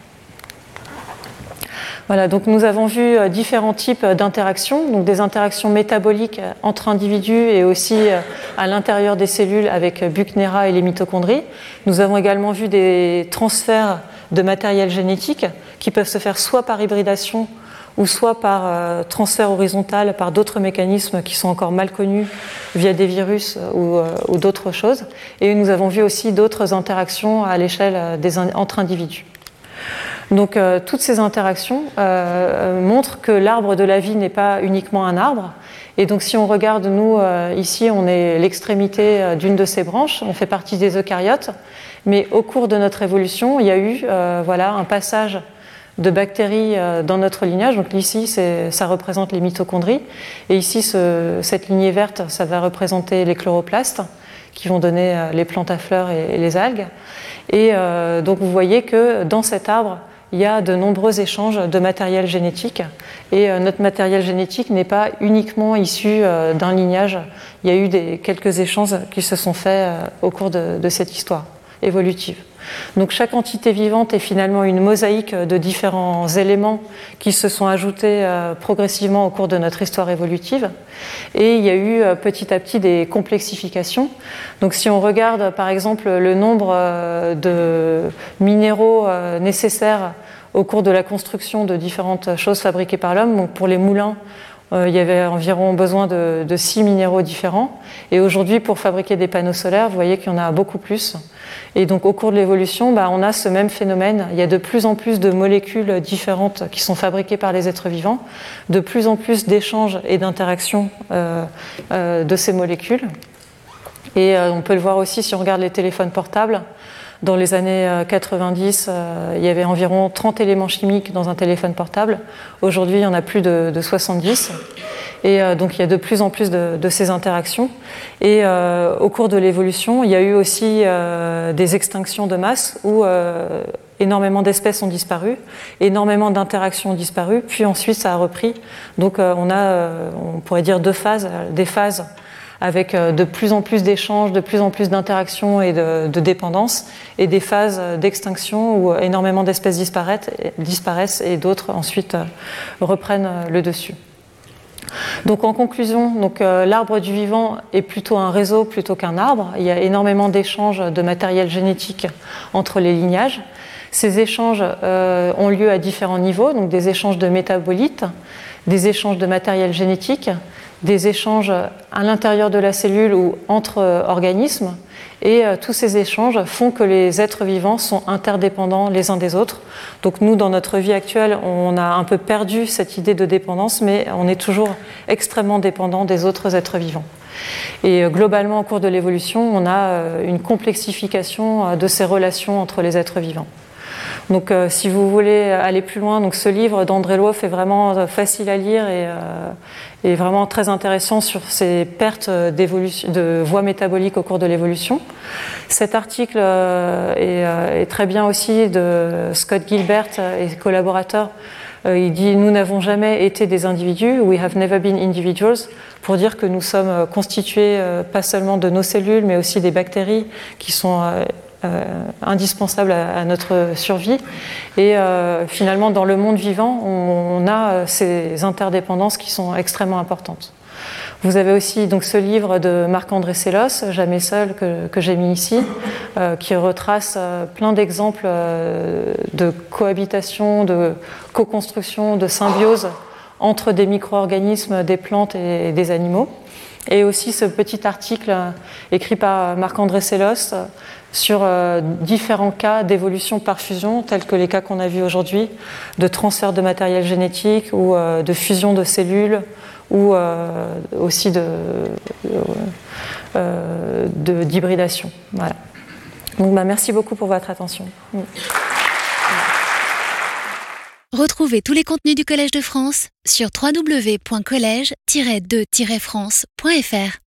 Voilà, donc nous avons vu différents types d'interactions, donc des interactions métaboliques entre individus et aussi à l'intérieur des cellules avec Buchnera et les mitochondries. Nous avons également vu des transferts de matériel génétique qui peuvent se faire soit par hybridation ou soit par transfert horizontal, par d'autres mécanismes qui sont encore mal connus via des virus ou d'autres choses. Et nous avons vu aussi d'autres interactions à l'échelle entre individus. Donc toutes ces interactions montrent que l'arbre de la vie n'est pas uniquement un arbre. Et donc si on regarde, nous, ici, on est l'extrémité d'une de ces branches, on fait partie des eucaryotes, mais au cours de notre évolution, il y a eu un passage de bactéries dans notre lignage. Donc ici, ça représente les mitochondries, et ici, cette lignée verte, ça va représenter les chloroplastes, qui vont donner les plantes à fleurs et les algues. Et donc vous voyez que dans cet arbre, il y a de nombreux échanges de matériel génétique. Et notre matériel génétique n'est pas uniquement issu d'un lignage. Il y a eu quelques échanges qui se sont faits au cours de cette histoire évolutive. Donc chaque entité vivante est finalement une mosaïque de différents éléments qui se sont ajoutés progressivement au cours de notre histoire évolutive. Et il y a eu petit à petit des complexifications. Donc si on regarde par exemple le nombre de minéraux nécessaires au cours de la construction de différentes choses fabriquées par l'homme, donc pour les moulins, il y avait environ besoin de 6 minéraux différents. Et aujourd'hui, pour fabriquer des panneaux solaires, vous voyez qu'il y en a beaucoup plus. Et donc, au cours de l'évolution, on a ce même phénomène. Il y a de plus en plus de molécules différentes qui sont fabriquées par les êtres vivants, de plus en plus d'échanges et d'interactions de ces molécules. Et on peut le voir aussi si on regarde les téléphones portables. Dans les années 90, il y avait environ 30 éléments chimiques dans un téléphone portable. Aujourd'hui, il y en a plus de 70. Et donc, il y a de plus en plus de ces interactions. Et au cours de l'évolution, il y a eu aussi des extinctions de masse où énormément d'espèces ont disparu, énormément d'interactions ont disparu, puis ensuite, ça a repris. Donc, on pourrait dire des phases avec de plus en plus d'échanges, de plus en plus d'interactions et de dépendance, et des phases d'extinction où énormément d'espèces disparaissent et d'autres ensuite reprennent le dessus. Donc en conclusion, l'arbre du vivant est plutôt un réseau plutôt qu'un arbre. Il y a énormément d'échanges de matériel génétique entre les lignages. Ces échanges ont lieu à différents niveaux, donc des échanges de métabolites, des échanges de matériel génétique, des échanges à l'intérieur de la cellule ou entre organismes. Et tous ces échanges font que les êtres vivants sont interdépendants les uns des autres. Donc nous, dans notre vie actuelle, on a un peu perdu cette idée de dépendance, mais on est toujours extrêmement dépendant des autres êtres vivants. Et globalement, au cours de l'évolution, on a une complexification de ces relations entre les êtres vivants. Donc si vous voulez aller plus loin, donc ce livre d'André Lwoff est vraiment facile à lire et vraiment très intéressant sur ces pertes de voies métaboliques au cours de l'évolution. Cet article est très bien aussi de Scott Gilbert et collaborateurs. Il dit « Nous n'avons jamais été des individus, we have never been individuals », pour dire que nous sommes constitués pas seulement de nos cellules, mais aussi des bactéries qui sont indispensable à notre survie. Et finalement, dans le monde vivant, on a ces interdépendances qui sont extrêmement importantes. Vous avez aussi donc ce livre de Marc-André Sellos, Jamais seul, que j'ai mis ici, qui retrace plein d'exemples de cohabitation, de co-construction, de symbiose entre des micro-organismes, des plantes et des animaux. Et aussi ce petit article écrit par Marc-André Sellos sur différents cas d'évolution par fusion, tels que les cas qu'on a vus aujourd'hui, de transfert de matériel génétique ou de fusion de cellules ou aussi d'hybridation. Voilà. Donc, merci beaucoup pour votre attention. Retrouvez tous les contenus du Collège de France sur www.college-2-france.fr.